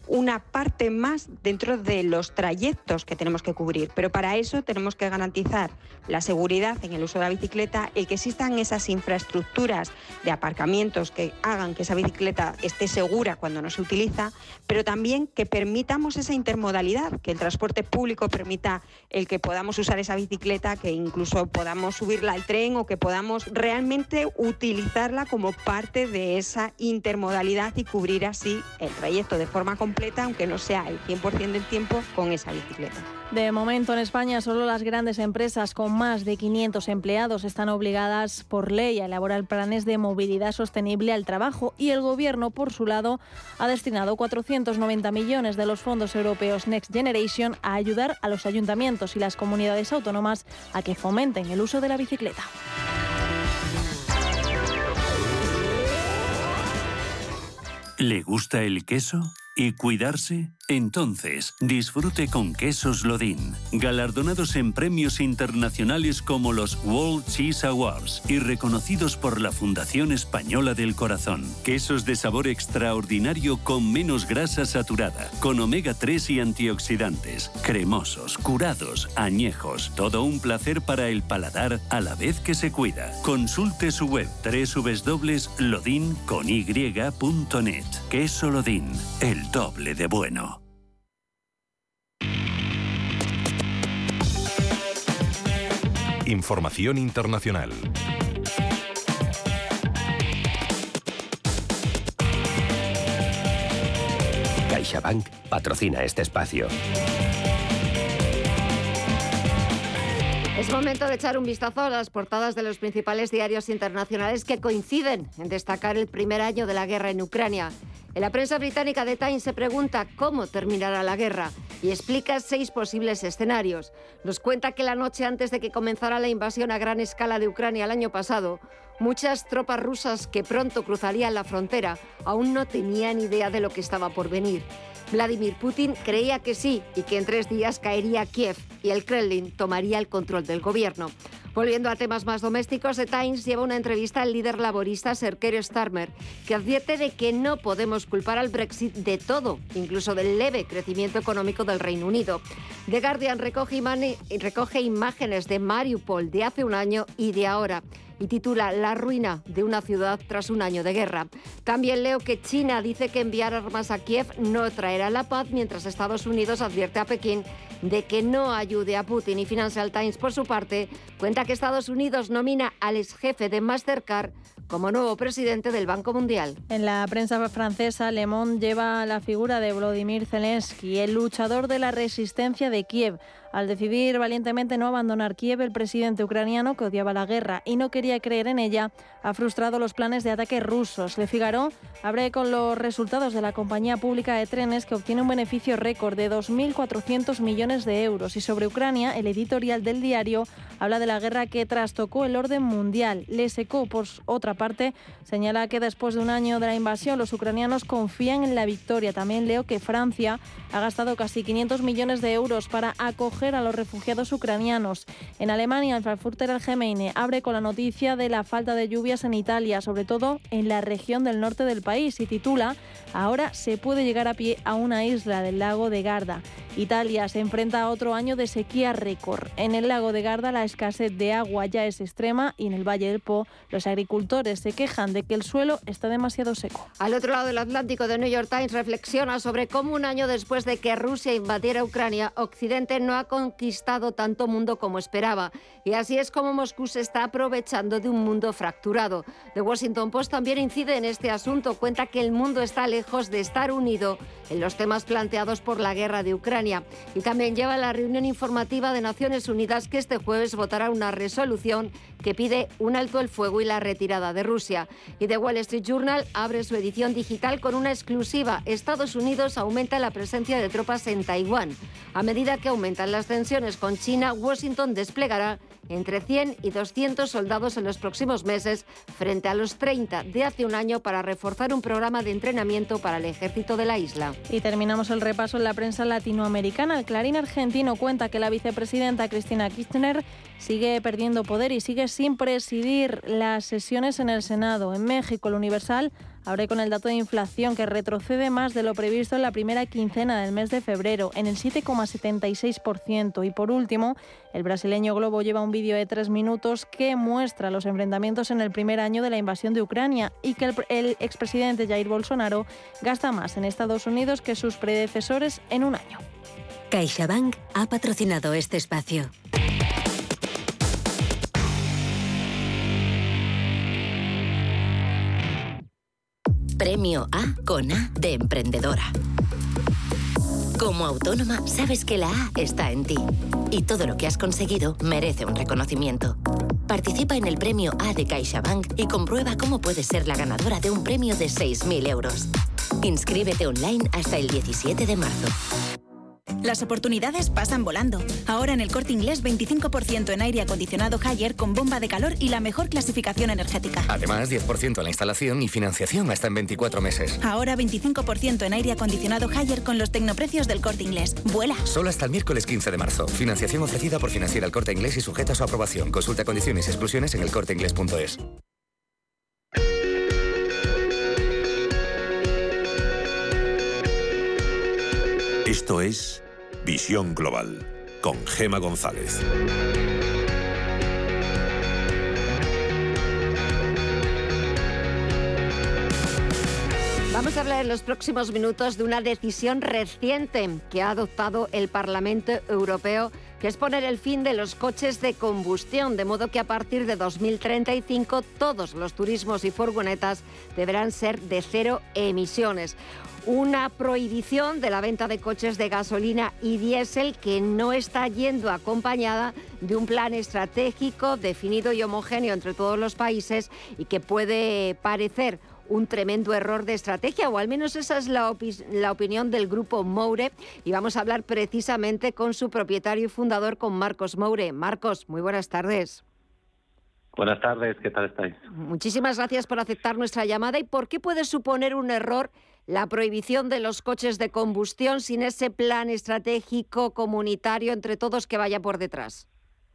una parte más dentro de los trayectos que tenemos que cubrir. Pero para eso tenemos que garantizar la seguridad en el uso de la bicicleta, el que existan esas infraestructuras de aparcamientos que hagan que esa bicicleta esté segura cuando no se utiliza, pero también que permitamos esa intermodalidad, que el transporte público permita el que podamos usar esa bicicleta, que incluso podamos subirla al tren o que podamos realmente utilizarla como parte de esa intermodalidad y cubrir así el trayecto de forma completa, aunque no sea el cien por ciento del tiempo con esa bicicleta. De momento en España solo las grandes empresas con más de quinientos empleados están obligadas por ley a elaborar planes de movilidad sostenible al trabajo y el Gobierno, por su lado, ha destinado cuatrocientos noventa millones de los fondos europeos Next Generation a ayudar a los ayuntamientos y las comunidades autónomas a que fomenten el uso de la bicicleta. ¿Le gusta el queso? ¿Y cuidarse? Entonces, disfrute con Quesos Lodin, galardonados en premios internacionales como los World Cheese Awards y reconocidos por la Fundación Española del Corazón. Quesos de sabor extraordinario con menos grasa saturada, con omega tres y antioxidantes, cremosos, curados, añejos. Todo un placer para el paladar a la vez que se cuida. Consulte su web doble u doble u doble u punto lodin con y punto net. Queso Lodin, el doble de bueno. Información internacional. CaixaBank patrocina este espacio. Es momento de echar un vistazo a las portadas de los principales diarios internacionales que coinciden en destacar el primer año de la guerra en Ucrania. En la prensa británica, The Times se pregunta cómo terminará la guerra y explica seis posibles escenarios. Nos cuenta que la noche antes de que comenzara la invasión a gran escala de Ucrania el año pasado, muchas tropas rusas que pronto cruzarían la frontera aún no tenían idea de lo que estaba por venir. Vladimir Putin creía que sí y que en tres días caería Kiev y el Kremlin tomaría el control del gobierno. Volviendo a temas más domésticos, The Times lleva una entrevista al líder laborista Sir Keir Starmer, que advierte de que no podemos culpar al Brexit de todo, incluso del leve crecimiento económico del Reino Unido. The Guardian recoge, recoge imágenes de Mariupol de hace un año y de ahora, y titula La ruina de una ciudad tras un año de guerra. También leo que China dice que enviar armas a Kiev no traerá la paz, mientras Estados Unidos advierte a Pekín de que no ayude a Putin. Y Financial Times, por su parte, cuenta que Estados Unidos nomina al exjefe de Mastercard como nuevo presidente del Banco Mundial. En la prensa francesa, Le Monde lleva la figura de Volodymyr Zelensky, el luchador de la resistencia de Kiev. Al decidir valientemente no abandonar Kiev, el presidente ucraniano, que odiaba la guerra y no quería creer en ella, ha frustrado los planes de ataque rusos. Le Figaro abre con los resultados de la compañía pública de trenes, que obtiene un beneficio récord de dos mil cuatrocientos millones de euros. Y sobre Ucrania, el editorial del diario habla de la guerra que trastocó el orden mundial. Le Secó, por otra parte, señala que después de un año de la invasión, los ucranianos confían en la victoria. También leo que Francia ha gastado casi quinientos millones de euros para acoger a los refugiados ucranianos. En Alemania, el Frankfurter Allgemeine abre con la noticia de la falta de lluvias en Italia, sobre todo en la región del norte del país, y titula Ahora se puede llegar a pie a una isla del lago de Garda. Italia se enfrenta a otro año de sequía récord. En el lago de Garda la escasez de agua ya es extrema y en el Valle del Po los agricultores se quejan de que el suelo está demasiado seco. Al otro lado del Atlántico, The New York Times reflexiona sobre cómo un año después de que Rusia invadiera Ucrania, Occidente no ha conquistado tanto mundo como esperaba. Y así es como Moscú se está aprovechando de un mundo fracturado. The Washington Post también incide en este asunto. Cuenta que el mundo está lejos de estar unido en los temas planteados por la guerra de Ucrania. Y también lleva la reunión informativa de Naciones Unidas, que este jueves votará una resolución que pide un alto el fuego y la retirada de Rusia. Y The Wall Street Journal abre su edición digital con una exclusiva. Estados Unidos aumenta la presencia de tropas en Taiwán. A medida que aumentan las tensiones con China, Washington desplegará entre cien y doscientos soldados en los próximos meses, frente a los treinta de hace un año, para reforzar un programa de entrenamiento para el ejército de la isla. Y terminamos el repaso en la prensa latinoamericana. El Clarín argentino cuenta que la vicepresidenta Cristina Kirchner sigue perdiendo poder y sigue sin presidir las sesiones en el Senado. En México, el Universal Abre con el dato de inflación, que retrocede más de lo previsto en la primera quincena del mes de febrero, en el siete coma setenta y seis por ciento. Y por último, el brasileño Globo lleva un vídeo de tres minutos que muestra los enfrentamientos en el primer año de la invasión de Ucrania y que el, el expresidente Jair Bolsonaro gasta más en Estados Unidos que sus predecesores en un año. CaixaBank ha patrocinado este espacio. Premio A con A de emprendedora. Como autónoma, sabes que la A está en ti y todo lo que has conseguido merece un reconocimiento. Participa en el Premio A de CaixaBank y comprueba cómo puedes ser la ganadora de un premio de seis mil euros. Inscríbete online hasta el diecisiete de marzo. Las oportunidades pasan volando. Ahora en el Corte Inglés veinticinco por ciento en aire acondicionado Haier con bomba de calor y la mejor clasificación energética. Además, diez por ciento en la instalación y financiación hasta en veinticuatro meses. Ahora veinticinco por ciento en aire acondicionado Haier con los tecnoprecios del Corte Inglés. ¡Vuela! Solo hasta el miércoles quince de marzo. Financiación ofrecida por Financiera El Corte Inglés y sujeta a su aprobación. Consulta condiciones y exclusiones en el corte inglés punto es. Esto es Visión Global, con Gema González. Vamos a hablar en los próximos minutos de una decisión reciente que ha adoptado el Parlamento Europeo, que es poner el fin de los coches de combustión, de modo que a partir de dos mil treinta y cinco todos los turismos y furgonetas deberán ser de cero emisiones. Una prohibición de la venta de coches de gasolina y diésel que no está yendo acompañada de un plan estratégico definido y homogéneo entre todos los países y que puede parecer un tremendo error de estrategia, o al menos esa es la, opi- la opinión del grupo Moure, y vamos a hablar precisamente con su propietario y fundador, con Marcos Moure. Marcos, muy buenas tardes. Buenas tardes, ¿qué tal estáis? Muchísimas gracias por aceptar nuestra llamada. ¿Y por qué puede suponer un error la prohibición de los coches de combustión sin ese plan estratégico comunitario entre todos que vaya por detrás?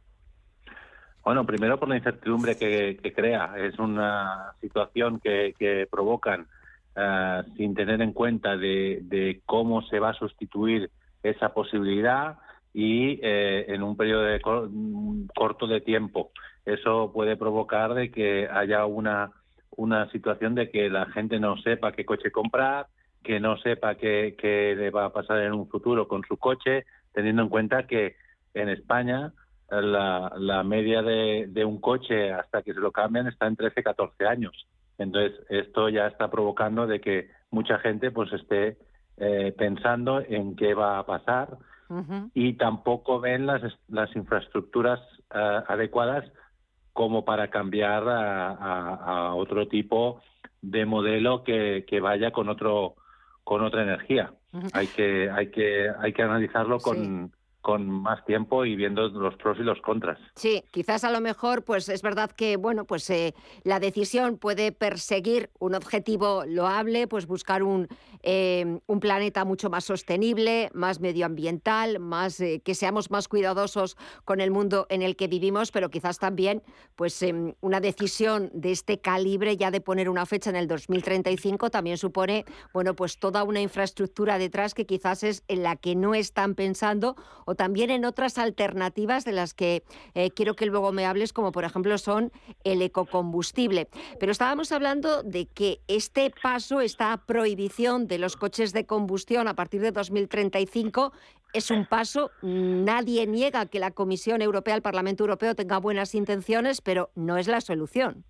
Bueno, primero por la incertidumbre que, que crea. Es una situación que, que provocan uh, sin tener en cuenta de, de cómo se va a sustituir esa posibilidad y eh, en un periodo de cor- corto de tiempo. Eso puede provocar de que haya una, una situación de que la gente no sepa qué coche comprar, que no sepa qué, qué le va a pasar en un futuro con su coche, teniendo en cuenta que en España la, la media de, de un coche hasta que se lo cambian está en trece, catorce años. Entonces, esto ya está provocando de que mucha gente pues esté eh, pensando en qué va a pasar uh-huh. y tampoco ven las, las infraestructuras uh, adecuadas como para cambiar a, a, a otro tipo de modelo que, que vaya con otro con otra energía. Uh-huh. Hay que hay que hay que analizarlo con sí. con más tiempo y viendo los pros y los contras. Sí, quizás a lo mejor, pues es verdad que, bueno, pues eh, la decisión puede perseguir un objetivo loable, pues buscar un, eh, un planeta mucho más sostenible, más medioambiental, más eh, que seamos más cuidadosos con el mundo en el que vivimos, pero quizás también, pues eh, una decisión de este calibre, ya de poner una fecha en el dos mil treinta y cinco, también supone, bueno, pues toda una infraestructura detrás que quizás es en la que no están pensando, o también en otras alternativas de las que eh, quiero que luego me hables, como por ejemplo son el ecocombustible. Pero estábamos hablando de que este paso, esta prohibición de los coches de combustión a partir de dos mil treinta y cinco es un paso. Nadie niega que la Comisión Europea, el Parlamento Europeo tenga buenas intenciones, pero no es la solución.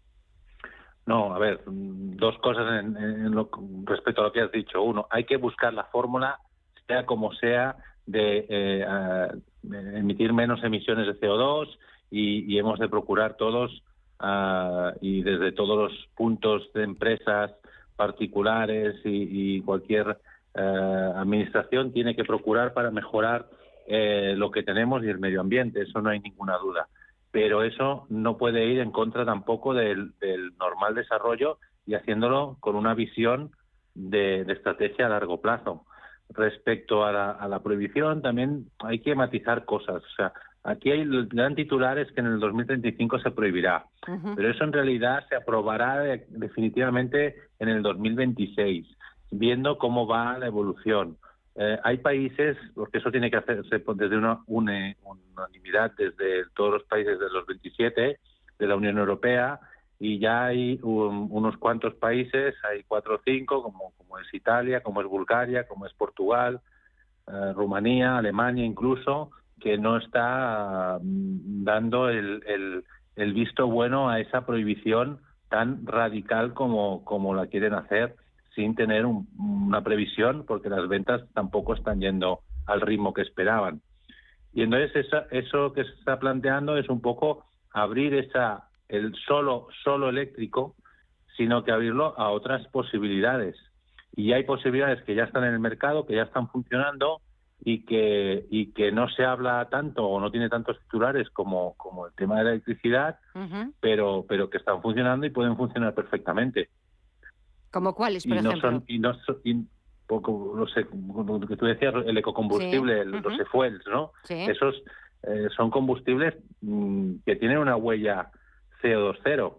No, a ver, dos cosas en, en lo, respecto a lo que has dicho. Uno, hay que buscar la fórmula, sea como sea, de eh, uh, emitir menos emisiones de C O dos y, y hemos de procurar todos uh, y desde todos los puntos de empresas particulares y, y cualquier uh, administración tiene que procurar para mejorar eh, lo que tenemos y el medio ambiente, eso no hay ninguna duda. Pero eso no puede ir en contra tampoco del, del normal desarrollo y haciéndolo con una visión de, de estrategia a largo plazo. Respecto a la, a la prohibición, también hay que matizar cosas. O sea, aquí hay el gran titular es que en el dos mil treinta y cinco se prohibirá, uh-huh. pero eso en realidad se aprobará de, definitivamente en el dos mil veintiséis, viendo cómo va la evolución. Eh, hay países, porque eso tiene que hacerse desde una une, unanimidad desde todos los países de los veintisiete de la Unión Europea, y ya hay un, unos cuantos países, hay cuatro o cinco, como, como es Italia, como es Bulgaria, como es Portugal, eh, Rumanía, Alemania incluso, que no está um, dando el, el, el visto bueno a esa prohibición tan radical como, como la quieren hacer, sin tener un, una previsión, porque las ventas tampoco están yendo al ritmo que esperaban. Y entonces eso, eso que se está planteando es un poco abrir esa el solo solo eléctrico, sino que abrirlo a otras posibilidades. Y hay posibilidades que ya están en el mercado, que ya están funcionando y que y que no se habla tanto o no tiene tantos titulares como, como el tema de la electricidad, uh-huh. pero pero que están funcionando y pueden funcionar perfectamente. ¿Como cuáles, por y no ejemplo? Son, y no son, y poco, no sé, lo que tú decías, el ecocombustible, sí. uh-huh. los e-fuels, ¿no? Sí. Esos eh, son combustibles mmm, que tienen una huella C O dos cero.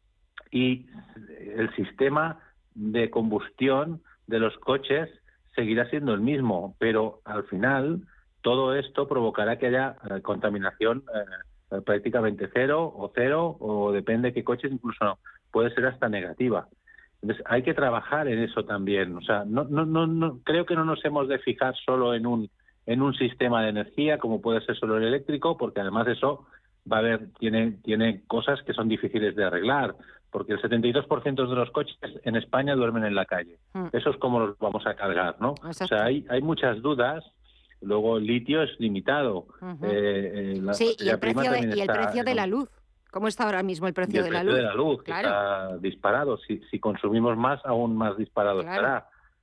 Y el sistema de combustión de los coches seguirá siendo el mismo, pero al final todo esto provocará que haya eh, contaminación eh, prácticamente cero o cero, o depende de qué coches, incluso no, puede ser hasta negativa. Entonces, hay que trabajar en eso también. O sea, no, no, no, no, creo que no nos hemos de fijar solo en un en un sistema de energía como puede ser solo el eléctrico, porque además eso va a haber tiene tiene cosas que son difíciles de arreglar, porque el setenta y dos por ciento de los coches en España duermen en la calle. Mm. Eso es como los vamos a cargar, ¿no? Exacto. O sea, hay hay muchas dudas. Luego el litio es limitado. Uh-huh. eh, eh, la sí, y el precio de, y el precio de la luz. ¿Cómo está ahora mismo el precio, el de, precio la de la luz? Claro. Está disparado. Si, si consumimos más, aún más disparado claro. estará.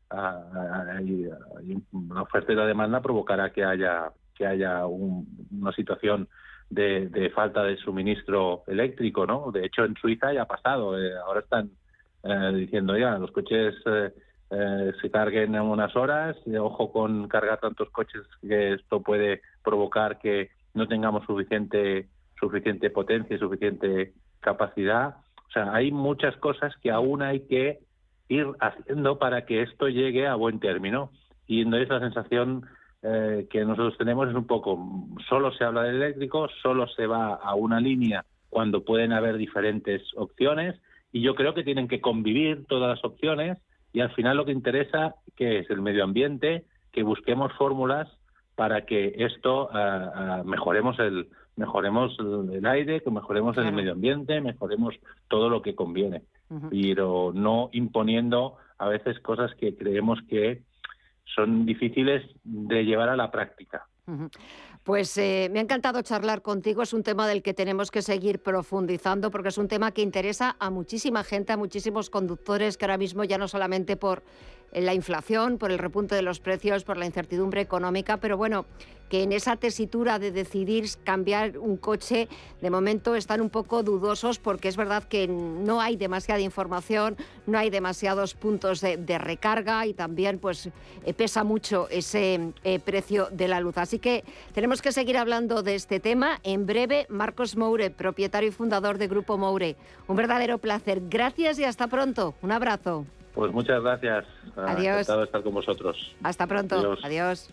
Ah, hay, hay una oferta y la demanda provocará que haya que haya un, una situación de, de falta de suministro eléctrico, ¿no? De hecho, en Suiza ya ha pasado. Eh, ahora están eh, diciendo ya los coches eh, eh, se carguen en unas horas. Y ojo con cargar tantos coches, que esto puede provocar que no tengamos suficiente suficiente potencia y suficiente capacidad. O sea, hay muchas cosas que aún hay que ir haciendo para que esto llegue a buen término. Y entonces la sensación eh, que nosotros tenemos es un poco, solo se habla del eléctrico, solo se va a una línea cuando pueden haber diferentes opciones, y yo creo que tienen que convivir todas las opciones, y al final lo que interesa, que es el medio ambiente, que busquemos fórmulas para que esto uh, uh, mejoremos el mejoremos el aire, que mejoremos claro. el medio ambiente, mejoremos todo lo que conviene, uh-huh. pero no imponiendo a veces cosas que creemos que son difíciles de llevar a la práctica. Uh-huh. Pues eh, me ha encantado charlar contigo, es un tema del que tenemos que seguir profundizando porque es un tema que interesa a muchísima gente, a muchísimos conductores que ahora mismo ya no solamente por la inflación, por el repunte de los precios, por la incertidumbre económica, pero bueno, que en esa tesitura de decidir cambiar un coche, de momento están un poco dudosos porque es verdad que no hay demasiada información, no hay demasiados puntos de, de recarga y también pues eh, pesa mucho ese eh, precio de la luz. Así que tenemos que seguir hablando de este tema. En breve, Marcos Moure, propietario y fundador de Grupo Moure. Un verdadero placer. Gracias y hasta pronto. Un abrazo. Pues muchas gracias. Adiós. Encantado de estar con vosotros. Hasta pronto. Adiós. Adiós.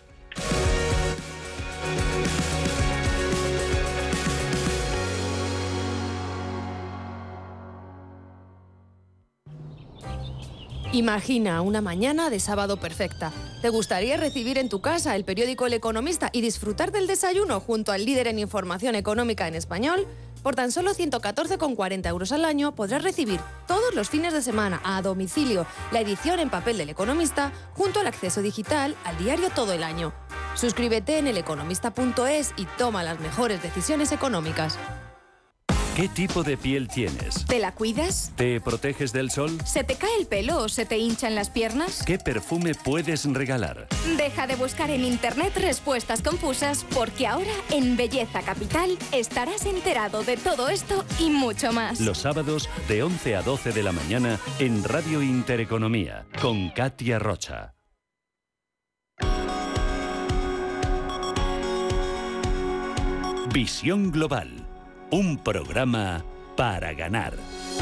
Imagina una mañana de sábado perfecta. ¿Te gustaría recibir en tu casa el periódico El Economista y disfrutar del desayuno junto al líder en información económica en español? Por tan solo ciento catorce con cuarenta euros al año podrás recibir todos los fines de semana a domicilio la edición en papel del Economista junto al acceso digital al diario todo el año. Suscríbete en el economista punto es y toma las mejores decisiones económicas. ¿Qué tipo de piel tienes? ¿Te la cuidas? ¿Te proteges del sol? ¿Se te cae el pelo o se te hinchan las piernas? ¿Qué perfume puedes regalar? Deja de buscar en internet respuestas confusas porque ahora en Belleza Capital estarás enterado de todo esto y mucho más. Los sábados de once a doce de la mañana en Radio Intereconomía con Katia Rocha. Visión Global, un programa para ganar.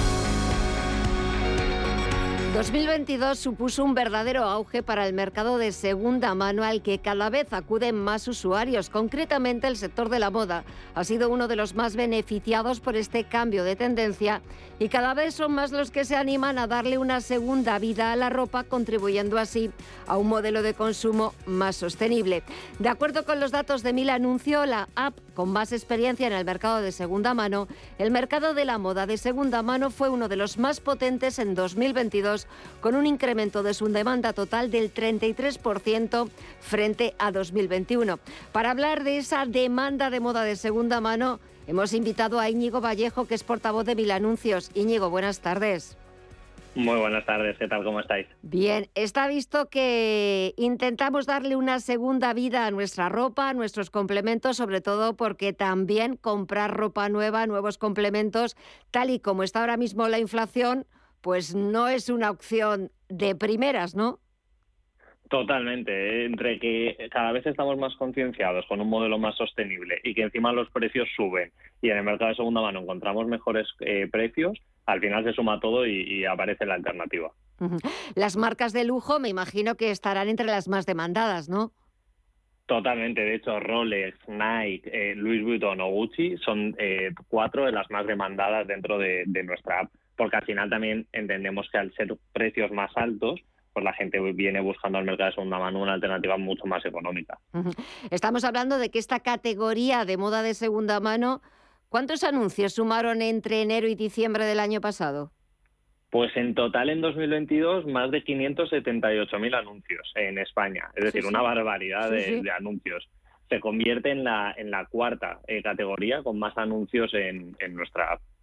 dos mil veintidós supuso un verdadero auge para el mercado de segunda mano al que cada vez acuden más usuarios. Concretamente, el sector de la moda ha sido uno de los más beneficiados por este cambio de tendencia y cada vez son más los que se animan a darle una segunda vida a la ropa, contribuyendo así a un modelo de consumo más sostenible. De acuerdo con los datos de Mil Anuncio, la app con más experiencia en el mercado de segunda mano, el mercado de la moda de segunda mano fue uno de los más potentes en dos mil veintidós, con un incremento de su demanda total del treinta y tres por ciento frente a dos mil veintiuno. Para hablar de esa demanda de moda de segunda mano, hemos invitado a Íñigo Vallejo, que es portavoz de Mil Anuncios. Íñigo, buenas tardes. Muy buenas tardes, ¿qué tal? ¿Cómo estáis? Bien, está visto que intentamos darle una segunda vida a nuestra ropa, a nuestros complementos, sobre todo porque también comprar ropa nueva, nuevos complementos, tal y como está ahora mismo la inflación, pues no es una opción de primeras, ¿no? Totalmente, entre que cada vez estamos más concienciados con un modelo más sostenible y que encima los precios suben y en el mercado de segunda mano encontramos mejores eh, precios, al final se suma todo y, y aparece la alternativa. Uh-huh. Las marcas de lujo me imagino que estarán entre las más demandadas, ¿no? Totalmente, de hecho Rolex, Nike, eh, Louis Vuitton o Gucci son eh, cuatro de las más demandadas dentro de, de nuestra app, porque al final también entendemos que al ser precios más altos, pues la gente viene buscando al mercado de segunda mano una alternativa mucho más económica. Uh-huh. Estamos hablando de que esta categoría de moda de segunda mano, ¿cuántos anuncios sumaron entre enero y diciembre del año pasado? Pues en total en dos mil veintidós más de quinientos setenta y ocho mil anuncios en España, es decir, sí, sí. una barbaridad sí, de, sí. de anuncios. Se convierte en la, en la cuarta eh, categoría con más anuncios en, en nuestra app.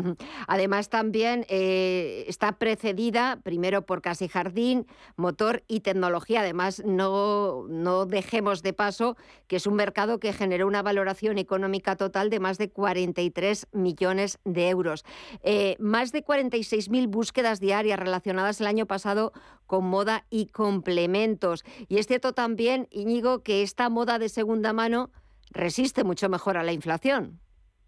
Además también eh, está precedida primero por Casa y Jardín, Motor y Tecnología. Además no, no dejemos de paso que es un mercado que generó una valoración económica total de más de cuarenta y tres millones de euros. Eh, más de cuarenta y seis mil búsquedas diarias relacionadas el año pasado con moda y complementos. Y es cierto también, Íñigo, que esta moda de segunda mano resiste mucho mejor a la inflación.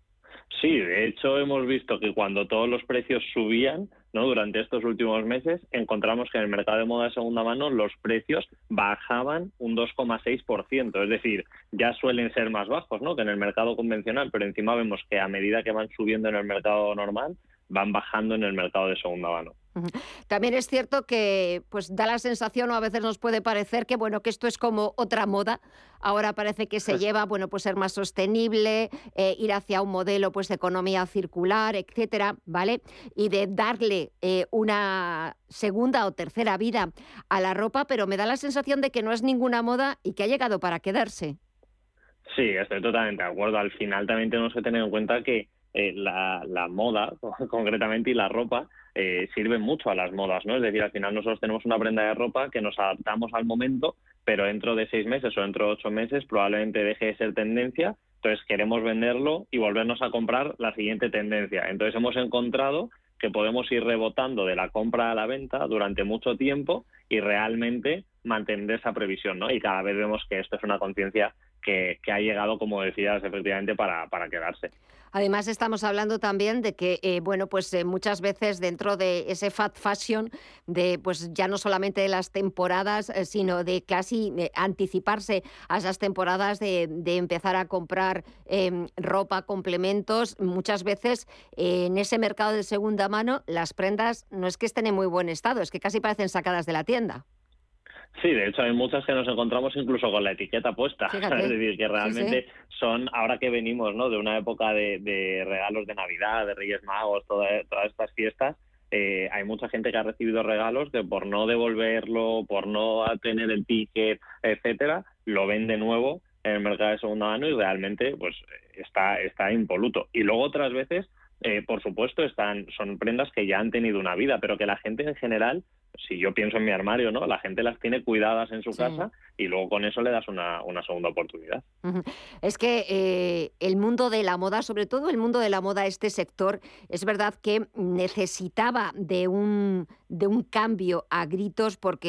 Sí, de hecho hemos visto que cuando todos los precios subían, ¿no?, durante estos últimos meses, encontramos que en el mercado de moda de segunda mano los precios bajaban un dos coma seis por ciento, es decir, ya suelen ser más bajos, ¿no?, que en el mercado convencional, pero encima vemos que a medida que van subiendo en el mercado normal, van bajando en el mercado de segunda mano. También es cierto que pues da la sensación, o a veces nos puede parecer que bueno que esto es como otra moda. Ahora parece que se lleva bueno pues ser más sostenible, eh, ir hacia un modelo pues de economía circular, etcétera, ¿vale? Y de darle eh, una segunda o tercera vida a la ropa, pero me da la sensación de que no es ninguna moda y que ha llegado para quedarse. Sí, estoy totalmente de acuerdo. Al final también tenemos que tener en cuenta que Eh, la, la moda, concretamente, y la ropa eh, sirven mucho a las modas, ¿no? Es decir, al final nosotros tenemos una prenda de ropa que nos adaptamos al momento, pero dentro de seis meses o dentro de ocho meses probablemente deje de ser tendencia, entonces queremos venderlo y volvernos a comprar la siguiente tendencia. Entonces hemos encontrado que podemos ir rebotando de la compra a la venta durante mucho tiempo y realmente mantener esa previsión, ¿no? Y cada vez vemos que esto es una conciencia que, que ha llegado, como decías, efectivamente para, para quedarse. Además, estamos hablando también de que, eh, bueno, pues eh, muchas veces dentro de ese fast fashion, de pues ya no solamente de las temporadas, eh, sino de casi eh, anticiparse a esas temporadas de, de empezar a comprar eh, ropa, complementos, muchas veces eh, en ese mercado de segunda mano las prendas no es que estén en muy buen estado, es que casi parecen sacadas de la tienda. Sí, de hecho hay muchas que nos encontramos incluso con la etiqueta puesta. Fíjate. Es decir, que realmente sí, sí. son, ahora que venimos, ¿no?, de una época de, de regalos de Navidad, de Reyes Magos, toda, todas estas fiestas, eh, hay mucha gente que ha recibido regalos que por no devolverlo, por no tener el ticket, etcétera, lo ven de nuevo en el mercado de segunda mano y realmente pues está, está impoluto. Y luego otras veces, eh, por supuesto, están son prendas que ya han tenido una vida, pero que la gente en general, si yo pienso en mi armario, ¿no?, la gente las tiene cuidadas en su sí. casa y luego con eso le das una, una segunda oportunidad. Uh-huh. Es que eh, el mundo de la moda, sobre todo el mundo de la moda, este sector, es verdad que necesitaba de un, de un cambio a gritos porque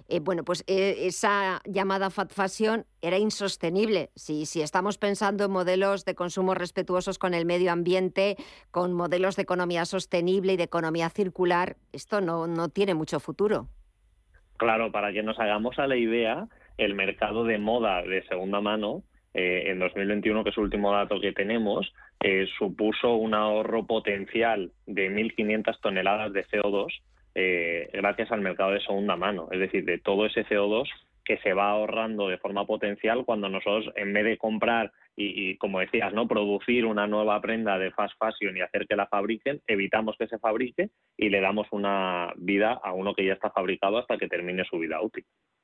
eh, bueno, pues eh, esa llamada fast fashion era insostenible. Si, si estamos pensando en modelos de consumo respetuosos con el medio ambiente, con modelos de economía sostenible y de economía circular, esto no, no tiene mucho futuro. Claro, para que nos hagamos a la idea, el mercado de moda de segunda mano eh, en dos mil veintiuno, que es el último dato que tenemos, eh, supuso un ahorro potencial de mil quinientas toneladas de C O dos eh, gracias al mercado de segunda mano. Es decir, de todo ese C O dos que se va ahorrando de forma potencial cuando nosotros, en vez de comprar y, y, como decías, no producir una nueva prenda de fast fashion y hacer que la fabriquen, evitamos que se fabrique y le damos una vida a uno que ya está fabricado hasta que termine su vida útil.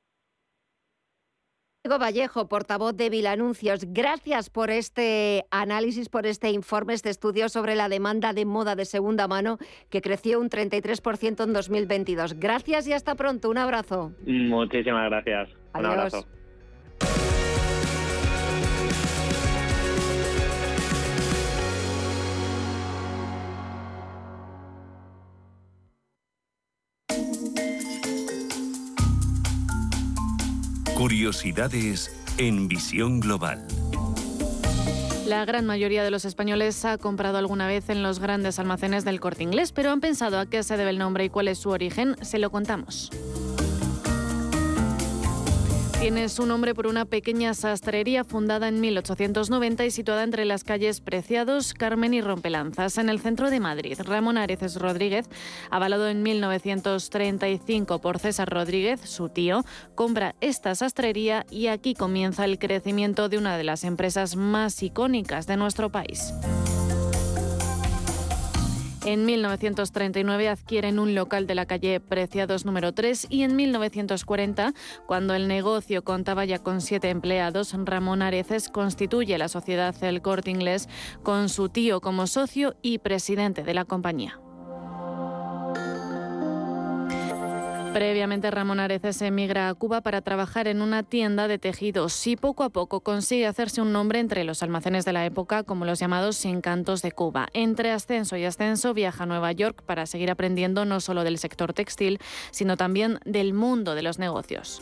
Diego Vallejo, portavoz de Vilanuncios, gracias por este análisis, por este informe, este estudio sobre la demanda de moda de segunda mano que creció un treinta y tres por ciento en dos mil veintidós. Gracias y hasta pronto. Un abrazo. Muchísimas gracias. Adiós. Un abrazo. Curiosidades en Visión Global. La gran mayoría de los españoles ha comprado alguna vez en los grandes almacenes del Corte Inglés, pero han pensado a qué se debe el nombre y cuál es su origen. Se lo contamos. Tiene su nombre por una pequeña sastrería fundada en mil ochocientos noventa y situada entre las calles Preciados, Carmen y Rompelanzas, en el centro de Madrid. Ramón Areces Rodríguez, avalado en mil novecientos treinta y cinco por César Rodríguez, su tío, compra esta sastrería y aquí comienza el crecimiento de una de las empresas más icónicas de nuestro país. En mil novecientos treinta y nueve adquieren un local de la calle Preciados número tres y en mil novecientos cuarenta, cuando el negocio contaba ya con siete empleados, Ramón Areces constituye la sociedad El Corte Inglés con su tío como socio y presidente de la compañía. Previamente, Ramón Areces emigra a Cuba para trabajar en una tienda de tejidos y poco a poco consigue hacerse un nombre entre los almacenes de la época, como los llamados encantos de Cuba. Entre ascenso y ascenso viaja a Nueva York para seguir aprendiendo no solo del sector textil, sino también del mundo de los negocios.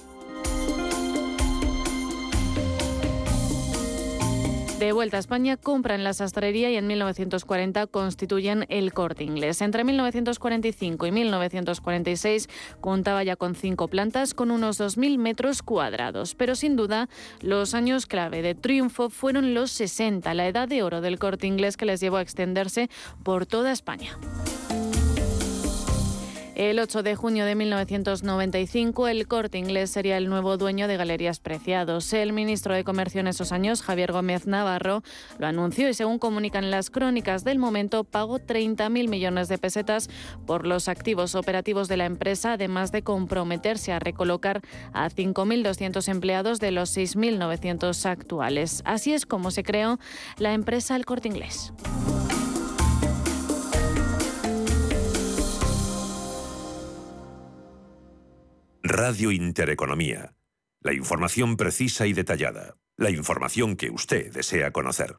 De vuelta a España, compran la sastrería y en mil novecientos cuarenta constituyen El Corte Inglés. Entre mil novecientos cuarenta y cinco y mil novecientos cuarenta y seis contaba ya con cinco plantas con unos dos mil metros cuadrados. Pero sin duda, los años clave de triunfo fueron los sesenta, la edad de oro del Corte Inglés que les llevó a extenderse por toda España. El ocho de junio de mil novecientos noventa y cinco, El Corte Inglés sería el nuevo dueño de Galerías Preciados. El ministro de Comercio en esos años, Javier Gómez Navarro, lo anunció y, según comunican las crónicas del momento, pagó treinta mil millones de pesetas por los activos operativos de la empresa, además de comprometerse a recolocar a cinco mil doscientos empleados de los seis mil novecientos actuales. Así es como se creó la empresa El Corte Inglés. Radio Intereconomía. La información precisa y detallada. La información que usted desea conocer.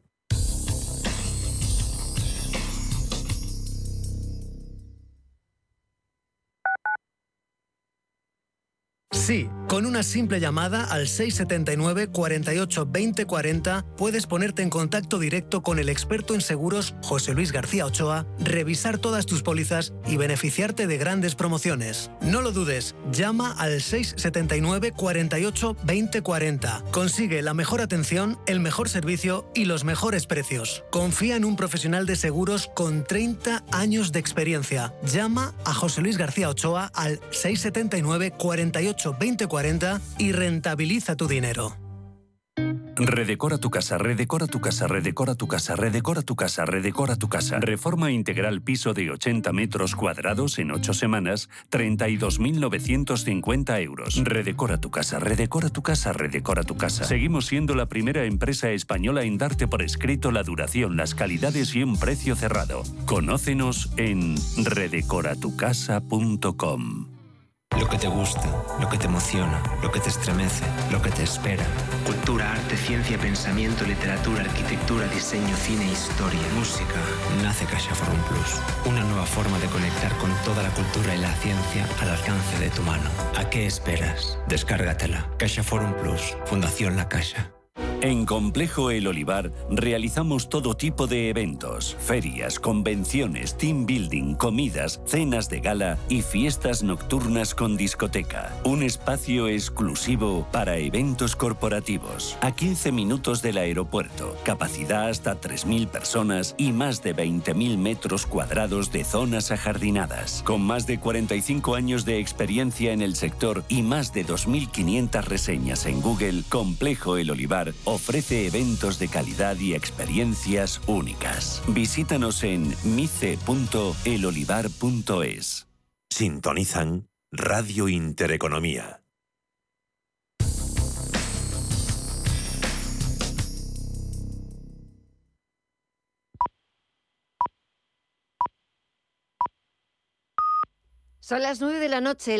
Sí, con una simple llamada al seis siete nueve, cuatro ocho, veinte cuarenta puedes ponerte en contacto directo con el experto en seguros José Luis García Ochoa, revisar todas tus pólizas y beneficiarte de grandes promociones. No lo dudes, llama al seis siete nueve, cuatro ocho, veinte cuarenta. Consigue la mejor atención, el mejor servicio y los mejores precios. Confía en un profesional de seguros con treinta años de experiencia. Llama a José Luis García Ochoa al seis siete nueve, cuatro ocho, veinte cuarenta y rentabiliza tu dinero. Redecora tu casa, redecora tu casa, redecora tu casa, redecora tu casa, redecora tu casa. Reforma integral piso de ochenta metros cuadrados en ocho semanas, treinta y dos mil novecientos cincuenta euros. Redecora tu casa, redecora tu casa, redecora tu casa. Seguimos siendo la primera empresa española en darte por escrito la duración, las calidades y un precio cerrado. Conócenos en redecora tu casa punto com. Lo que te gusta, lo que te emociona, lo que te estremece, lo que te espera. Cultura, arte, ciencia, pensamiento, literatura, arquitectura, diseño, cine, historia, música. Nace CaixaForum Plus, una nueva forma de conectar con toda la cultura y la ciencia al alcance de tu mano. ¿A qué esperas? Descárgatela. CaixaForum Plus, Fundación La Caixa. En Complejo El Olivar realizamos todo tipo de eventos, ferias, convenciones, team building, comidas, cenas de gala y fiestas nocturnas con discoteca. Un espacio exclusivo para eventos corporativos. A quince minutos del aeropuerto, capacidad hasta tres mil personas y más de veinte mil metros cuadrados de zonas ajardinadas. Con más de cuarenta y cinco años de experiencia en el sector y más de dos mil quinientas reseñas en Google, Complejo El Olivar ofrece eventos de calidad y experiencias únicas. Visítanos en mice punto el olivar punto es. Sintonizan Radio Intereconomía. Son las nueve de la noche.